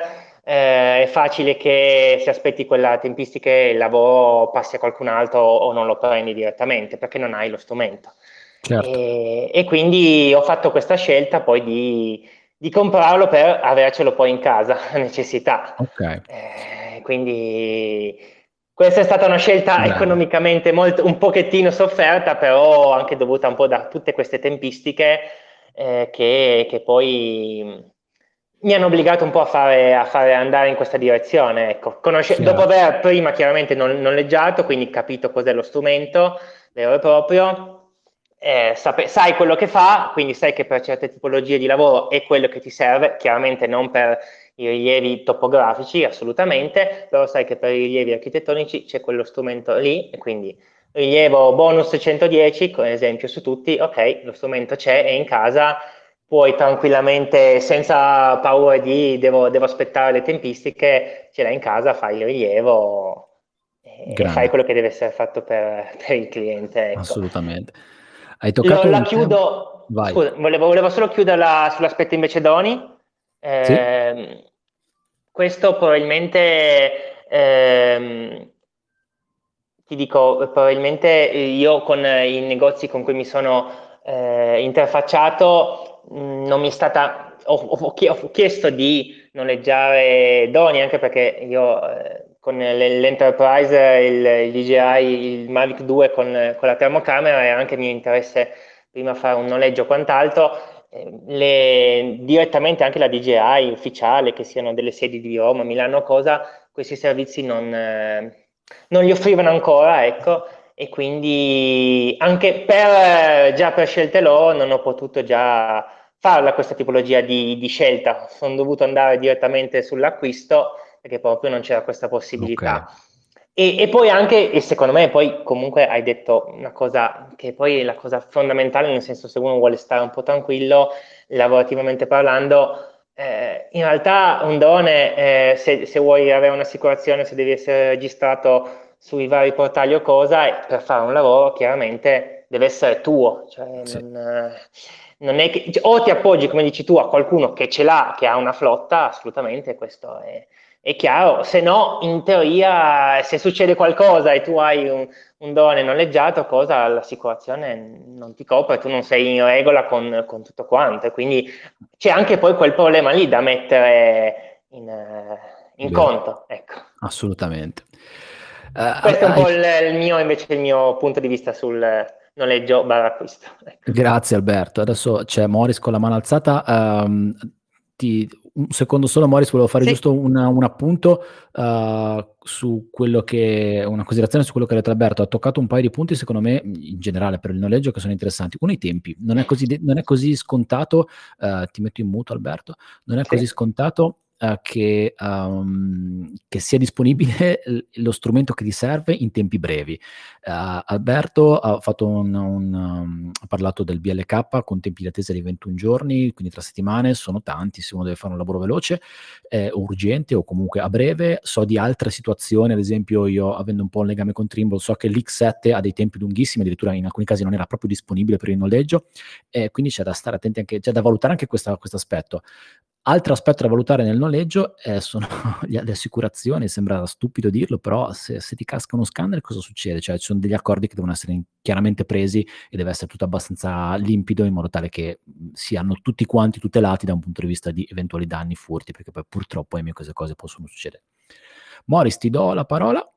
è facile che se aspetti quella tempistica il lavoro passi a qualcun altro o non lo prendi direttamente perché non hai lo strumento. Certo. E, e quindi ho fatto questa scelta poi di, di comprarlo per avercelo poi in casa, a necessità. Ok. Eh, quindi questa è stata una scelta Beh. economicamente molto, un pochettino sofferta, però anche dovuta un po' da tutte queste tempistiche eh, che, che poi mi hanno obbligato un po' a fare, a fare andare in questa direzione. Ecco. Conosce- dopo aver prima chiaramente non, noleggiato, quindi capito cos'è lo strumento vero e proprio, eh, sape- sai quello che fa, quindi sai che per certe tipologie di lavoro è quello che ti serve, chiaramente non per i rilievi topografici, assolutamente, però sai che per i rilievi architettonici c'è quello strumento lì, e quindi rilievo bonus centodieci, con esempio su tutti, ok, lo strumento c'è, è in casa, puoi tranquillamente, senza paura di devo, devo aspettare le tempistiche, ce l'hai in casa, fai il rilievo e, e fai Grande. quello che deve essere fatto per, per il cliente, ecco. Assolutamente. Hai Lo, toccato la un tema. chiudo, Vai. scusa, volevo, volevo solo chiuderla sull'aspetto invece doni. Sì? Ehm, questo probabilmente, ehm, ti dico, probabilmente io con i negozi con cui mi sono eh, interfacciato mh, non mi è stata, ho, ho chie- ho chiesto di noleggiare doni anche perché io eh, con l- l'Enterprise, il, il D J I, il Mavic due con, con la termocamera era anche mio interesse prima fare un noleggio o quant'altro, eh, le- direttamente anche la D J I ufficiale, che siano delle sedi di Roma, Milano, cosa, questi servizi non, eh, non li offrivano ancora, ecco, e quindi anche per, già per scelte loro non ho potuto già farla questa tipologia di, di scelta, sono dovuto andare direttamente sull'acquisto perché proprio non c'era questa Ok. possibilità. E, e poi anche, e secondo me poi comunque hai detto una cosa che poi è la cosa fondamentale, nel senso se uno vuole stare un po' tranquillo, lavorativamente parlando, eh, in realtà un drone, eh, se, se vuoi avere un'assicurazione, se devi essere registrato sui vari portali o cosa, per fare un lavoro chiaramente deve essere tuo, cioè Sì. non, eh, non è che, cioè, o ti appoggi, come dici tu, a qualcuno che ce l'ha, che ha una flotta, assolutamente questo è, è chiaro, se no in teoria se succede qualcosa e tu hai un, un drone noleggiato, cosa, l'assicurazione non ti copre, tu non sei in regola con, con tutto quanto, e quindi c'è anche poi quel problema lì da mettere in, eh, in Vero. conto, ecco. Assolutamente. Uh, Questo è un hai... po' il, il mio, invece, il mio punto di vista sul noleggio barra acquisto. Ecco. Grazie Alberto. Adesso c'è Morris con la mano alzata. Um, ti... Un secondo solo, Morris, volevo fare Sì. giusto una, un appunto uh, su quello che, una considerazione su quello che ha detto Alberto. Ha toccato un paio di punti, secondo me, in generale per il noleggio, che sono interessanti. Uno, i tempi. Non è così, de- non è così scontato, uh, ti metto in muto Alberto, non è Sì. così scontato uh, che, um, che sia disponibile lo strumento che ti serve in tempi brevi. Uh, Alberto ha, fatto un, un, um, ha parlato del B L K con tempi di attesa di ventuno giorni, quindi tre settimane, sono tanti se uno deve fare un lavoro veloce, eh, urgente o comunque a breve. So di altre situazioni, ad esempio io avendo un po' un legame con Trimble, so che l'X sette ha dei tempi lunghissimi, addirittura in alcuni casi non era proprio disponibile per il noleggio, eh, quindi c'è da stare attenti anche, c'è da valutare anche questo aspetto. Altro aspetto da valutare nel noleggio eh, sono le assicurazioni, sembra stupido dirlo, però se, se ti casca uno scanner cosa succede? Cioè ci sono degli accordi che devono essere chiaramente presi e deve essere tutto abbastanza limpido in modo tale che siano tutti quanti tutelati da un punto di vista di eventuali danni, furti, perché poi purtroppo ahimè queste cose possono succedere. Morris, ti do la parola,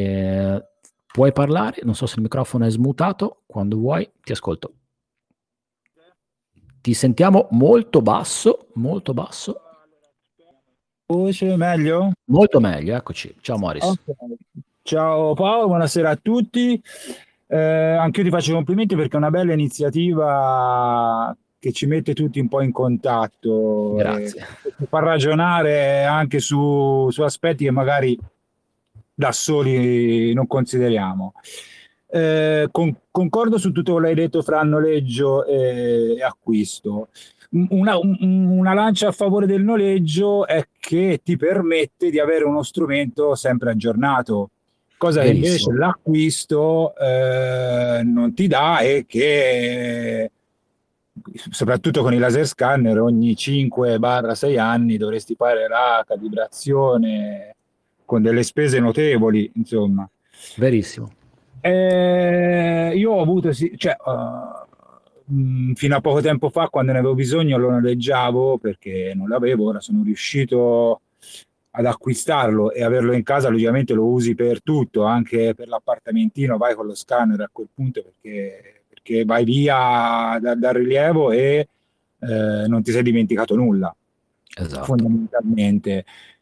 e puoi parlare, non so se il microfono è smutato, quando vuoi ti ascolto. Ti sentiamo molto basso, molto basso. Voce meglio? Molto meglio, eccoci. Ciao Morris. Okay. Ciao Paolo, buonasera a tutti. Eh, anche io ti faccio i complimenti perché è una bella iniziativa che ci mette tutti un po' in contatto Grazie. e ci fa ragionare anche su, su aspetti che magari da soli non consideriamo. Eh, con, concordo su tutto quello che hai detto fra noleggio e, e acquisto. Una, un, una lancia a favore del noleggio è che ti permette di avere uno strumento sempre aggiornato, cosa che invece Verissimo. l'acquisto eh, non ti dà, e che soprattutto con i laser scanner ogni cinque sei anni dovresti fare la calibrazione con delle spese notevoli, insomma. Verissimo. Eh, io ho avuto, sì, cioè, uh, mh, fino a poco tempo fa, quando ne avevo bisogno, lo noleggiavo perché non l'avevo. Ora sono riuscito ad acquistarlo e averlo in casa. Logicamente lo usi per tutto, anche per l'appartamentino, vai con lo scanner a quel punto, perché, perché vai via da, dal rilievo e eh, non ti sei dimenticato nulla, Esatto. fondamentalmente.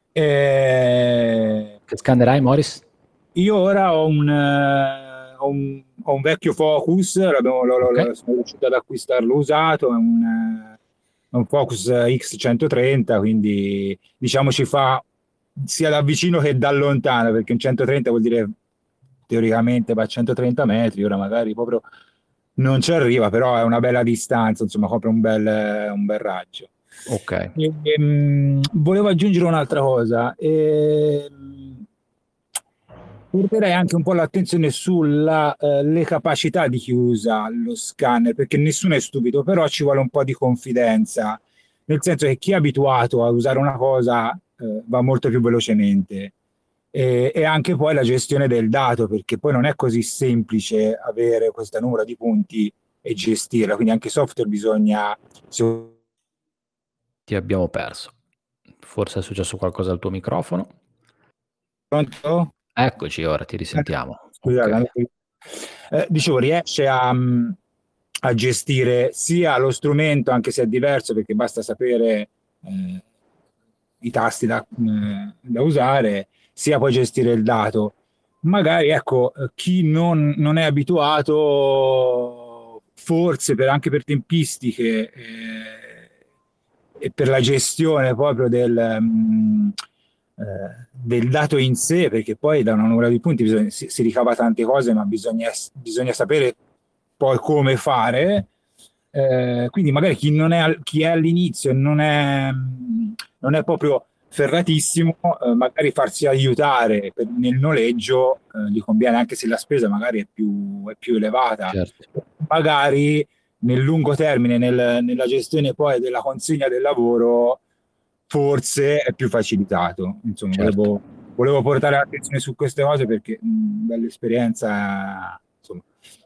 Eh, Che scannerai, Morris? io ora ho un, eh, ho un, ho un vecchio Focus, l'abbiamo- lo- lo- Ok. lo- sono riuscito ad acquistarlo usato, è un, eh, è un Focus X centotrenta, quindi diciamo ci fa sia da vicino che da lontano, perché un centotrenta vuol dire teoricamente va a centotrenta metri, ora magari proprio non ci arriva, però è una bella distanza, insomma copre un bel, un bel raggio. Ok. E, ehm, volevo aggiungere un'altra cosa. Ehm, porterei anche un po' l'attenzione sulle eh, capacità di chi usa lo scanner, perché nessuno è stupido, però ci vuole un po' di confidenza, nel senso che chi è abituato a usare una cosa eh, va molto più velocemente. E, e anche poi la gestione del dato, perché poi non è così semplice avere questo numero di punti e gestirla, quindi anche software bisogna... Ti abbiamo perso. Forse è successo qualcosa al tuo microfono. Pronto? Eccoci, ora ti risentiamo. Scusate, Ok. eh, dicevo, riesce a, a gestire sia lo strumento, anche se è diverso, perché basta sapere eh, i tasti da, eh, da usare, sia poi gestire il dato. Magari, ecco, chi non, non è abituato, forse per, anche per tempistiche eh, e per la gestione proprio del... mh, eh, del dato in sé, perché poi da una numero di punti bisogna, si, si ricava tante cose, ma bisogna, bisogna sapere poi come fare. Eh, quindi magari chi, non è, chi è all'inizio e non è, non è proprio ferratissimo, eh, magari farsi aiutare per, nel noleggio eh, gli conviene, anche se la spesa magari è più, è più elevata. Certo. Magari nel lungo termine, nel, nella gestione poi della consegna del lavoro, forse è più facilitato. Insomma, Certo. volevo, volevo portare l'attenzione su queste cose perché mh, dall'esperienza, insomma,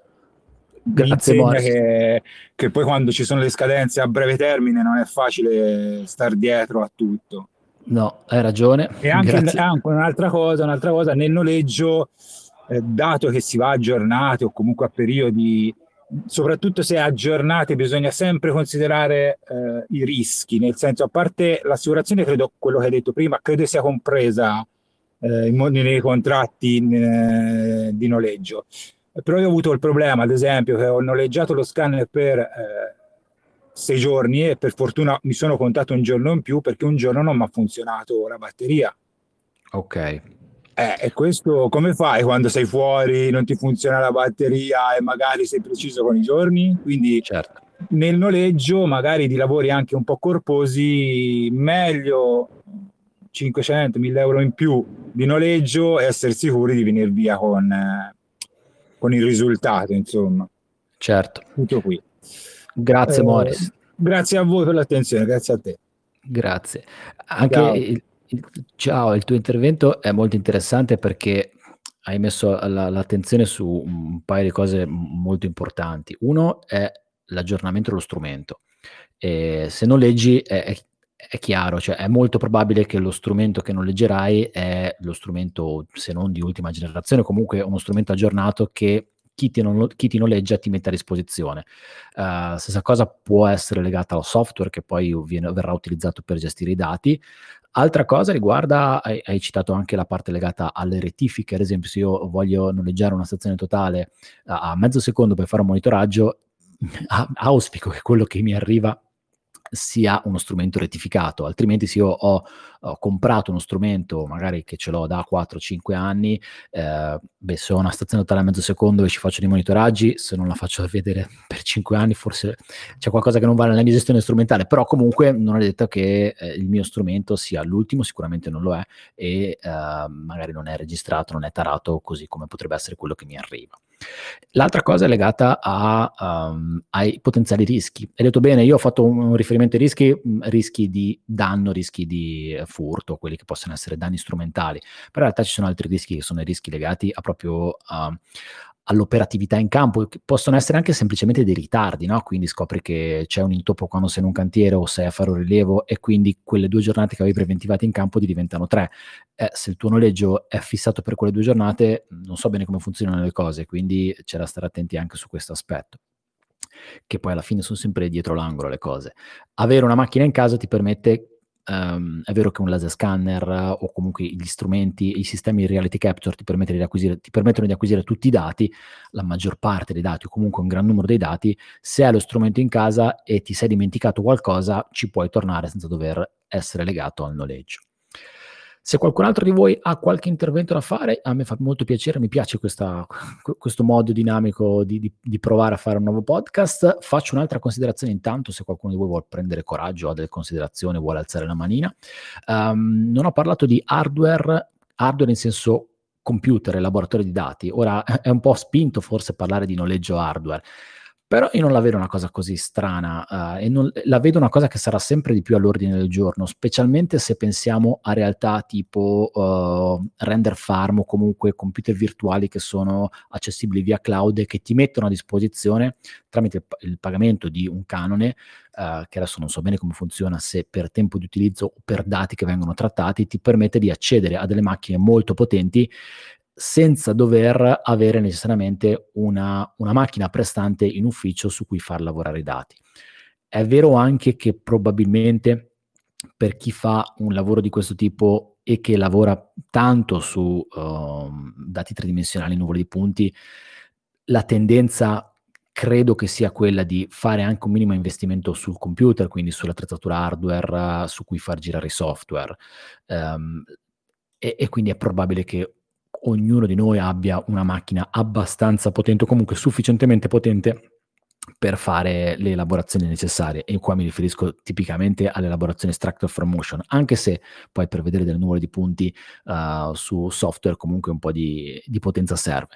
mi Grazie, insegna Morris. che, che poi quando ci sono le scadenze a breve termine non è facile star dietro a tutto. No, hai ragione. E anche, Grazie. anche un'altra cosa, un'altra cosa, nel noleggio, eh, dato che si va aggiornati o comunque a periodi, soprattutto se aggiornati, bisogna sempre considerare eh, i rischi, nel senso, a parte l'assicurazione, credo, quello che hai detto prima, credo sia compresa eh, in, nei contratti in, eh, di noleggio. Però io ho avuto il problema, ad esempio, che ho noleggiato lo scanner per eh, sei giorni e per fortuna mi sono contato un giorno in più perché un giorno non mi ha funzionato la batteria. Ok. Eh, e questo come fai quando sei fuori, non ti funziona la batteria e magari sei preciso con i giorni? Quindi Certo. nel noleggio, magari di lavori anche un po' corposi, meglio cinquecento mille euro in più di noleggio e essere sicuri di venire via con, eh, con il risultato, insomma. Certo. Tutto qui. Grazie, Eh, Morris. grazie a voi per l'attenzione, grazie a te. Grazie. Anche Ciao. il, il, ciao, il tuo intervento è molto interessante perché hai messo la, l'attenzione su un paio di cose molto importanti. Uno è l'aggiornamento dello strumento. E se non leggi è, è, è chiaro, cioè è molto probabile che lo strumento che non leggerai è lo strumento, se non di ultima generazione, comunque uno strumento aggiornato che chi ti, non, chi ti noleggia ti mette a disposizione. Uh, stessa cosa può essere legata al software che poi viene, verrà utilizzato per gestire i dati. Altra cosa riguarda, hai, hai citato anche la parte legata alle rettifiche, ad esempio se io voglio noleggiare una stazione totale a, a mezzo secondo per fare un monitoraggio, auspico che quello che mi arriva sia uno strumento rettificato, altrimenti se io ho, ho comprato uno strumento magari che ce l'ho da quattro cinque anni, eh, beh, se ho una stazione totale a mezzo secondo e ci faccio dei monitoraggi, se non la faccio vedere per cinque anni forse c'è qualcosa che non va nella mia gestione strumentale, però comunque non è detto che eh, il mio strumento sia l'ultimo, sicuramente non lo è, e eh, magari non è registrato, non è tarato così come potrebbe essere quello che mi arriva. L'altra cosa è legata a, um, ai potenziali rischi. Hai detto bene, io ho fatto un, un riferimento ai rischi, mh, rischi di danno, rischi di eh, furto, quelli che possono essere danni strumentali, però in realtà ci sono altri rischi che sono i rischi legati a proprio uh, all'operatività in campo, che possono essere anche semplicemente dei ritardi, no? Quindi scopri che c'è un intoppo quando sei in un cantiere o sei a fare un rilievo e quindi quelle due giornate che avevi preventivate in campo ti diventano tre. Eh, se il tuo noleggio è fissato per quelle due giornate, non so bene come funzionano le cose, quindi c'è da stare attenti anche su questo aspetto, che poi alla fine sono sempre dietro l'angolo le cose. Avere una macchina in casa ti permette, um, è vero che un laser scanner uh, o comunque gli strumenti, i sistemi di reality capture ti permettono di acquisire, ti permettono di acquisire tutti i dati, la maggior parte dei dati o comunque un gran numero dei dati. Se hai lo strumento in casa e ti sei dimenticato qualcosa, ci puoi tornare senza dover essere legato al noleggio. Se qualcun altro di voi ha qualche intervento da fare, a me fa molto piacere, mi piace questa, questo modo dinamico di, di, di provare a fare un nuovo podcast. Faccio un'altra considerazione intanto, se qualcuno di voi vuole prendere coraggio, ha delle considerazioni, vuole alzare la manina. Um, non ho parlato di hardware, hardware in senso computer e laboratorio di dati. Ora è un po' spinto forse parlare di noleggio hardware, però io non la vedo una cosa così strana uh, e non, la vedo una cosa che sarà sempre di più all'ordine del giorno, specialmente se pensiamo a realtà tipo uh, render farm o comunque computer virtuali che sono accessibili via cloud e che ti mettono a disposizione tramite il, il pagamento di un canone, uh, che adesso non so bene come funziona, se per tempo di utilizzo o per dati che vengono trattati, ti permette di accedere a delle macchine molto potenti senza dover avere necessariamente una, una macchina prestante in ufficio su cui far lavorare i dati. È vero anche che probabilmente per chi fa un lavoro di questo tipo e che lavora tanto su uh, dati tridimensionali, nuvole di punti, la tendenza credo che sia quella di fare anche un minimo investimento sul computer, quindi sull'attrezzatura hardware uh, su cui far girare i software. Um, e, e quindi è probabile che ognuno di noi abbia una macchina abbastanza potente o comunque sufficientemente potente per fare le elaborazioni necessarie, e qua mi riferisco tipicamente alle elaborazioni extractor from motion, anche se poi per vedere delle nuvole di punti uh, su software comunque un po' di, di potenza serve.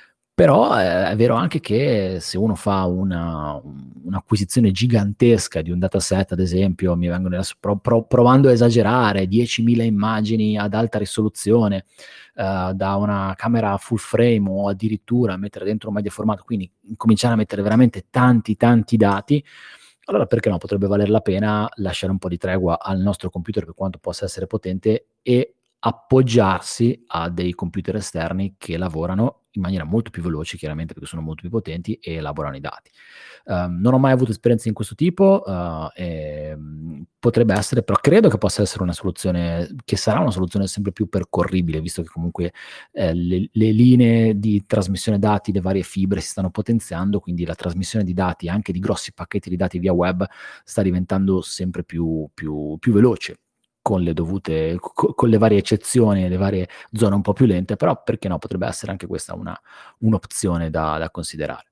Però eh, è vero anche che se uno fa una, un'acquisizione gigantesca di un dataset, ad esempio, mi vengono adesso pro, pro, provando a esagerare, diecimila immagini ad alta risoluzione, uh, da una camera full frame o addirittura mettere dentro un media formato, quindi cominciare a mettere veramente tanti tanti dati, allora perché no, potrebbe valere la pena lasciare un po' di tregua al nostro computer, per quanto possa essere potente, e appoggiarsi a dei computer esterni che lavorano in maniera molto più veloce, chiaramente perché sono molto più potenti e elaborano i dati. Um, non ho mai avuto esperienze in questo tipo, uh, e, um, potrebbe essere, però credo che possa essere una soluzione, che sarà una soluzione sempre più percorribile, visto che comunque eh, le, le linee di trasmissione dati, le varie fibre si stanno potenziando, quindi la trasmissione di dati, anche di grossi pacchetti di dati via web, sta diventando sempre più, più, più veloce, con le dovute, co- con le varie eccezioni e le varie zone un po' più lente, però perché no, potrebbe essere anche questa una, un'opzione da, da considerare.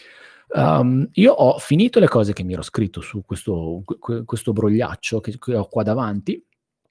Um, io ho finito le cose che mi ero scritto su questo, questo brogliaccio che, che ho qua davanti,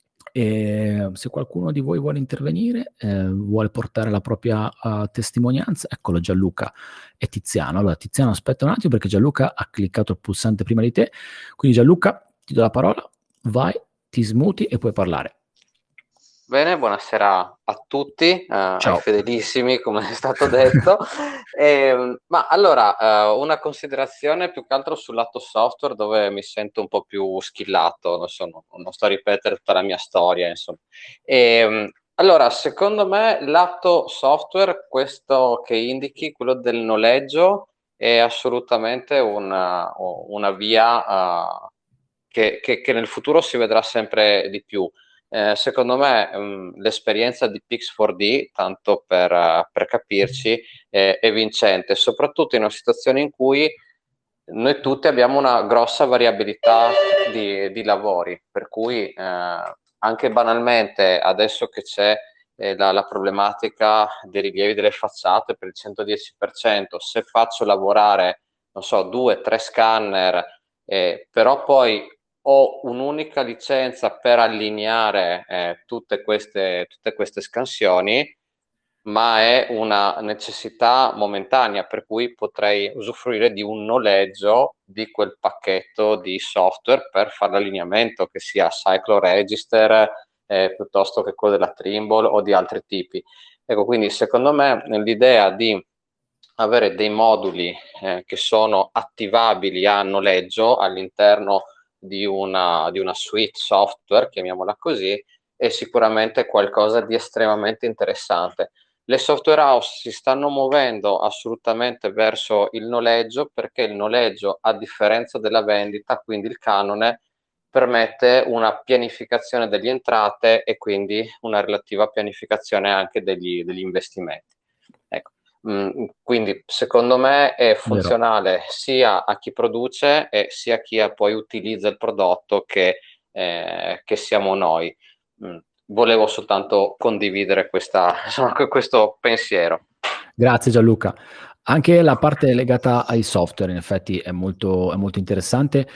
e se qualcuno di voi vuole intervenire, eh, vuole portare la propria uh, testimonianza, eccolo Gianluca e Tiziano. Allora Tiziano aspetta un attimo perché Gianluca ha cliccato il pulsante prima di te, quindi Gianluca ti do la parola, vai, ti smuti e puoi parlare. Bene, buonasera a tutti, eh, Ciao. ai fedelissimi, come è stato detto. e, ma allora, eh, una considerazione più che altro sul lato software, dove mi sento un po' più schillato, non, so, non sto a ripetere tutta la mia storia, insomma. E, Allora, secondo me, lato software, questo che indichi, quello del noleggio, è assolutamente una, una via uh, che, che, che nel futuro si vedrà sempre di più. Eh, secondo me mh, l'esperienza di Pix four D, tanto per, uh, per capirci, è, è vincente, soprattutto in una situazione in cui noi tutti abbiamo una grossa variabilità di, di lavori, per cui eh, anche banalmente adesso che c'è eh, la, la problematica dei rilievi delle facciate per il centodieci per cento, se faccio lavorare, non so, due, tre scanner, eh, però poi ho un'unica licenza per allineare eh, tutte queste, tutte queste scansioni, ma è una necessità momentanea, per cui potrei usufruire di un noleggio di quel pacchetto di software per fare l'allineamento, che sia Cycloregister eh, piuttosto che quello della Trimble o di altri tipi. Ecco, quindi secondo me l'idea di avere dei moduli eh, che sono attivabili a noleggio all'interno di una, di una suite software, chiamiamola così, è sicuramente qualcosa di estremamente interessante. Le software house si stanno muovendo assolutamente verso il noleggio, perché il noleggio, a differenza della vendita, quindi il canone, permette una pianificazione delle entrate e quindi una relativa pianificazione anche degli, degli investimenti. Ecco. Mm, quindi secondo me è funzionale Vero. sia a chi produce e sia a chi poi utilizza il prodotto che, eh, che siamo noi. Mm. Volevo soltanto condividere questa, insomma, questo pensiero. Grazie Gianluca. Anche la parte legata ai software in effetti è molto, è molto interessante.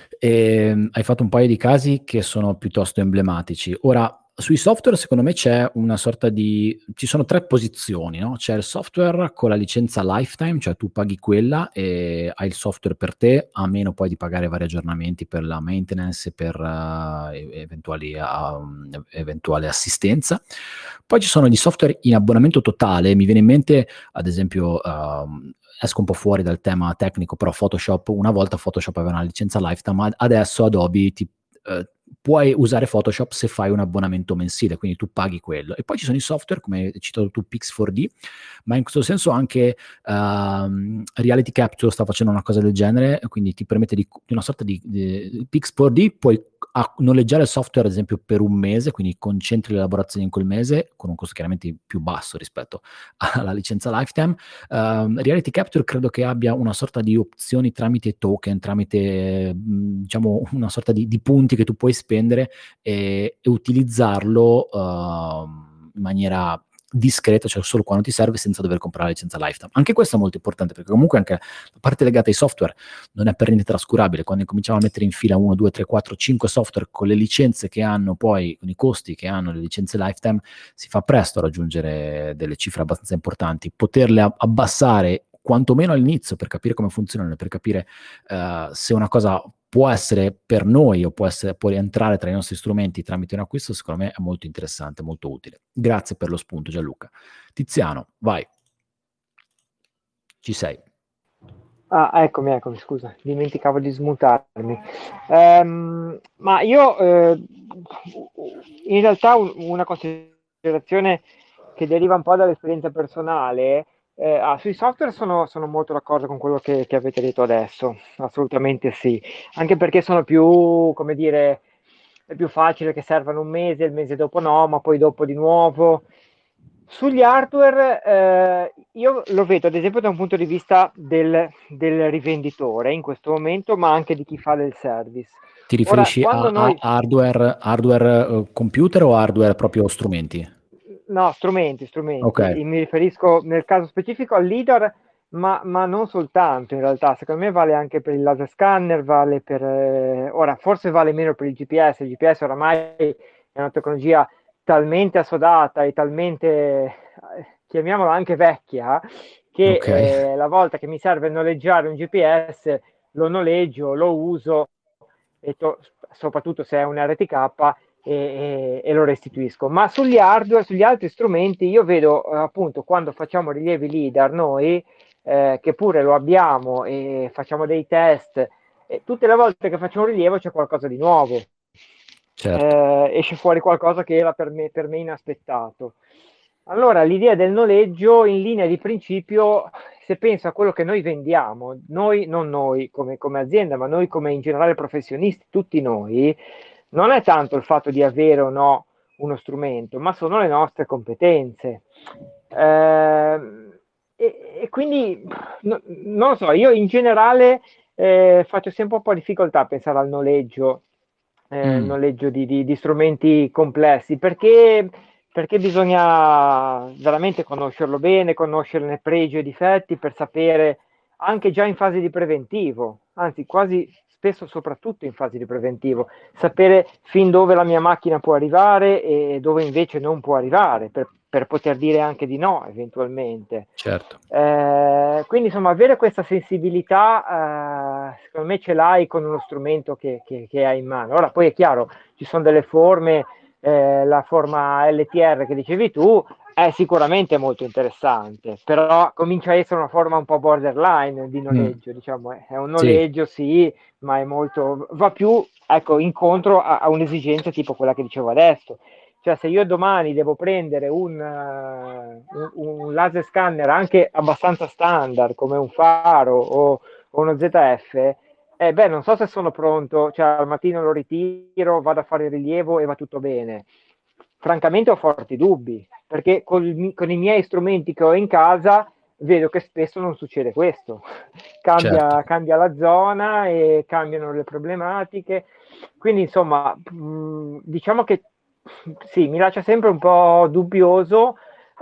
E hai fatto un paio di casi che sono piuttosto emblematici. Ora, sui software secondo me c'è una sorta di... ci sono tre posizioni, no? C'è il software con la licenza lifetime, cioè tu paghi quella e hai il software per te, a meno poi di pagare vari aggiornamenti per la maintenance e per uh, eventuali, uh, eventuale assistenza. Poi ci sono gli software in abbonamento totale, mi viene in mente ad esempio... Uh, esco un po' fuori dal tema tecnico, però Photoshop, una volta Photoshop aveva una licenza lifetime, adesso Adobe ti, eh, puoi usare Photoshop se fai un abbonamento mensile, quindi tu paghi quello. E poi ci sono i software, come hai citato tu, Pix four D, ma in questo senso anche uh, Reality Capture sta facendo una cosa del genere, quindi ti permette di, di una sorta di, di Pix four D, puoi a noleggiare il software ad esempio per un mese, quindi concentri l'elaborazione in quel mese con un costo chiaramente più basso rispetto alla licenza lifetime. Uh, Reality Capture credo che abbia una sorta di opzioni tramite token, tramite mh, diciamo una sorta di, di punti che tu puoi spendere e, e utilizzarlo uh, in maniera discreta, cioè solo quando ti serve, senza dover comprare la licenza lifetime. Anche questo è molto importante, perché comunque anche la parte legata ai software non è per niente trascurabile. Quando cominciamo a mettere in fila uno, due, tre, quattro, cinque software con le licenze che hanno poi, con i costi che hanno le licenze lifetime, si fa presto a raggiungere delle cifre abbastanza importanti. Poterle abbassare quantomeno all'inizio per capire come funzionano, per capire uh, se una cosa può essere per noi o può, essere, può rientrare tra i nostri strumenti tramite un acquisto, secondo me è molto interessante, molto utile. Grazie per lo spunto, Gianluca. Tiziano, vai. Ci sei. Ah, eccomi, eccomi, scusa, dimenticavo di smutarmi. Um, ma io eh, in realtà un, una considerazione che deriva un po' dall'esperienza personale. Eh, ah, sui software sono, sono molto d'accordo con quello che, che avete detto adesso, assolutamente sì, anche perché sono più, come dire, è più facile che servano un mese, il mese dopo no, ma poi dopo di nuovo. Sugli hardware eh, io lo vedo ad esempio da un punto di vista del, del rivenditore in questo momento, ma anche di chi fa del service. Ti riferisci Ora, a, noi... a hardware, hardware uh, computer o hardware proprio strumenti? No, strumenti, strumenti. Okay. Mi riferisco nel caso specifico al LiDAR, ma, ma non soltanto in realtà. Secondo me vale anche per il laser scanner, vale per... Eh, ora, forse vale meno per il G P S. Il G P S oramai è una tecnologia talmente assodata e talmente, eh, chiamiamola anche vecchia, che Okay. eh, la volta che mi serve noleggiare un G P S, lo noleggio, lo uso, e to- soprattutto se è un R T K, E, e, e lo restituisco. Ma sugli hardware, sugli altri strumenti, io vedo eh, appunto quando facciamo rilievi LiDAR noi, eh, che pure lo abbiamo e facciamo dei test, e tutte le volte che facciamo un rilievo c'è qualcosa di nuovo. certo. eh, esce fuori qualcosa che era per me, per me inaspettato. Allora, l'idea del noleggio in linea di principio, se penso a quello che noi vendiamo, noi, non noi come, come azienda, ma noi come in generale professionisti, tutti noi, non è tanto il fatto di avere o no uno strumento, ma sono le nostre competenze. Eh, e, e quindi, no, non lo so, io in generale eh, faccio sempre un po' difficoltà a pensare al noleggio, eh, Mm. noleggio di, di, di strumenti complessi, perché perché bisogna veramente conoscerlo bene, conoscerne pregi e difetti per sapere anche già in fase di preventivo, anzi quasi spesso soprattutto in fase di preventivo, sapere fin dove la mia macchina può arrivare e dove invece non può arrivare, per, per poter dire anche di no eventualmente. Certo. Eh, quindi insomma avere questa sensibilità eh, secondo me ce l'hai con uno strumento che, che, che hai in mano. Ora poi è chiaro, ci sono delle forme, eh, la forma L T R che dicevi tu è sicuramente molto interessante, però comincia a essere una forma un po' borderline di noleggio, mm. diciamo, è un noleggio sì. sì, ma è molto, va più ecco, incontro a, a un'esigenza tipo quella che dicevo adesso. Cioè se io domani devo prendere un, uh, un, un laser scanner anche abbastanza standard come un faro o, o uno Z F, eh, beh, non so se sono pronto, cioè al mattino lo ritiro, vado a fare il rilievo e va tutto bene. Francamente ho forti dubbi, perché con, con i miei strumenti che ho in casa vedo che spesso non succede questo. Cambia, certo. cambia la zona e cambiano le problematiche. Quindi insomma, mh, diciamo che sì, mi lascia sempre un po' dubbioso.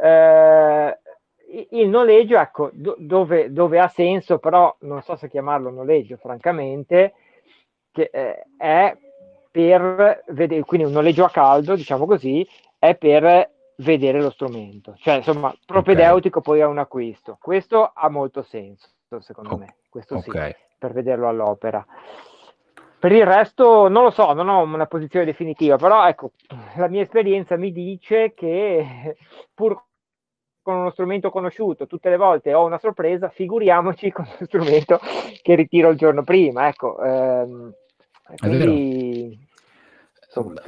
Eh, il noleggio, ecco, do, dove, dove ha senso, però non so se chiamarlo noleggio, francamente, che eh, è per vedere, quindi un noleggio a caldo, diciamo così, è per vedere lo strumento. Cioè, insomma, propedeutico okay. poi a un acquisto. Questo ha molto senso, secondo oh, me. Questo sì, okay. per vederlo all'opera. Per il resto non lo so, non ho una posizione definitiva, però ecco, la mia esperienza mi dice che pur con uno strumento conosciuto tutte le volte ho una sorpresa, figuriamoci con uno strumento che ritiro il giorno prima, ecco. Ehm, quindi, insomma,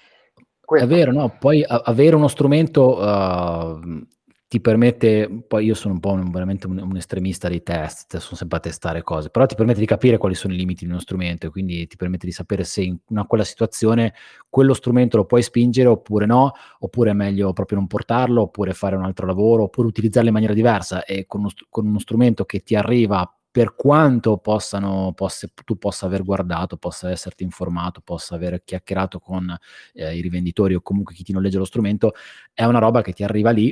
è vero, no? Poi a- avere uno strumento uh, ti permette, poi io sono un po' un, veramente un, un estremista dei test, sono sempre a testare cose, però ti permette di capire quali sono i limiti di uno strumento e quindi ti permette di sapere se in una quella situazione quello strumento lo puoi spingere oppure no, oppure è meglio proprio non portarlo, oppure fare un altro lavoro, oppure utilizzarlo in maniera diversa. E con uno, con uno strumento che ti arriva, per quanto possano, possa, tu possa aver guardato, possa esserti informato, possa aver chiacchierato con eh, i rivenditori o comunque chi ti noleggia lo strumento, è una roba che ti arriva lì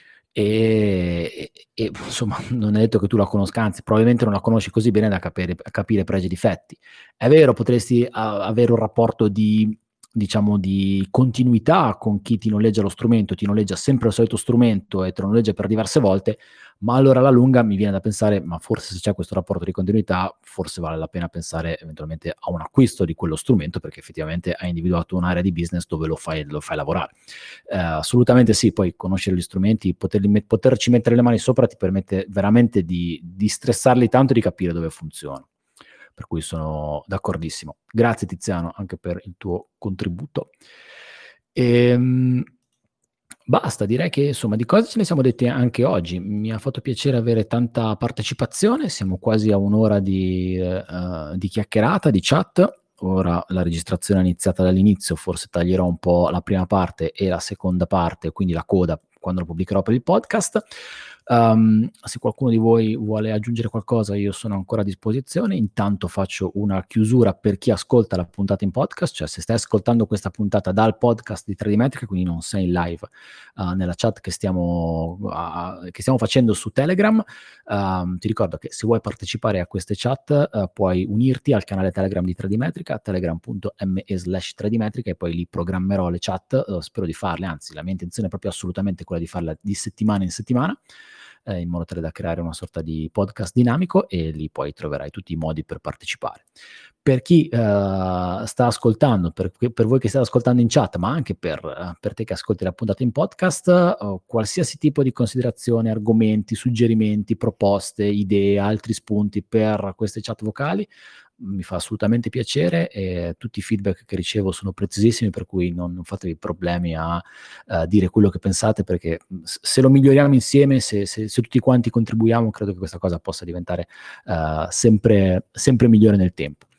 e, e, e insomma non è detto che tu la conosca, anzi probabilmente non la conosci così bene da capire, capire pregi e difetti. È vero, potresti a, avere un rapporto di diciamo di continuità con chi ti noleggia lo strumento, ti noleggia sempre il solito strumento e te lo noleggia per diverse volte, ma allora alla lunga mi viene da pensare, ma forse se c'è questo rapporto di continuità, forse vale la pena pensare eventualmente a un acquisto di quello strumento, perché effettivamente hai individuato un'area di business dove lo fai, lo fai lavorare. Eh, assolutamente sì, poi conoscere gli strumenti, poterli, poterci mettere le mani sopra ti permette veramente di, di stressarli tanto e di capire dove funzionano. Per cui sono d'accordissimo. Grazie Tiziano anche per il tuo contributo. Ehm, basta, direi che insomma di cose ce ne siamo detti anche oggi. Mi ha fatto piacere avere tanta partecipazione, siamo quasi a un'ora di, uh, di chiacchierata, di chat. Ora la registrazione è iniziata dall'inizio, forse taglierò un po' la prima parte e la seconda parte, quindi la coda, quando lo pubblicherò per il podcast. Um, se qualcuno di voi vuole aggiungere qualcosa, io sono ancora a disposizione. Intanto faccio una chiusura per chi ascolta la puntata in podcast, cioè se stai ascoltando questa puntata dal podcast di tre D Metrica, quindi non sei in live uh, nella chat che stiamo, uh, che stiamo facendo su Telegram, uh, ti ricordo che se vuoi partecipare a queste chat uh, puoi unirti al canale Telegram di tre D Metrica, telegram punto me slash tre D Metrica, e poi lì programmerò le chat, uh, spero di farle, anzi la mia intenzione è proprio assolutamente quella di farle di settimana in settimana, Eh, in modo tale da creare una sorta di podcast dinamico, e lì poi troverai tutti i modi per partecipare. per chi uh, sta ascoltando, per, per voi che state ascoltando in chat, ma anche per, uh, per te che ascolti la puntata in podcast, uh, qualsiasi tipo di considerazione, argomenti, suggerimenti, proposte, idee, altri spunti per queste chat vocali, mi fa assolutamente piacere, e tutti i feedback che ricevo sono preziosissimi, per cui non, non fatevi problemi a uh, dire quello che pensate, perché se lo miglioriamo insieme, se, se, se tutti quanti contribuiamo, credo che questa cosa possa diventare uh, sempre, sempre migliore nel tempo.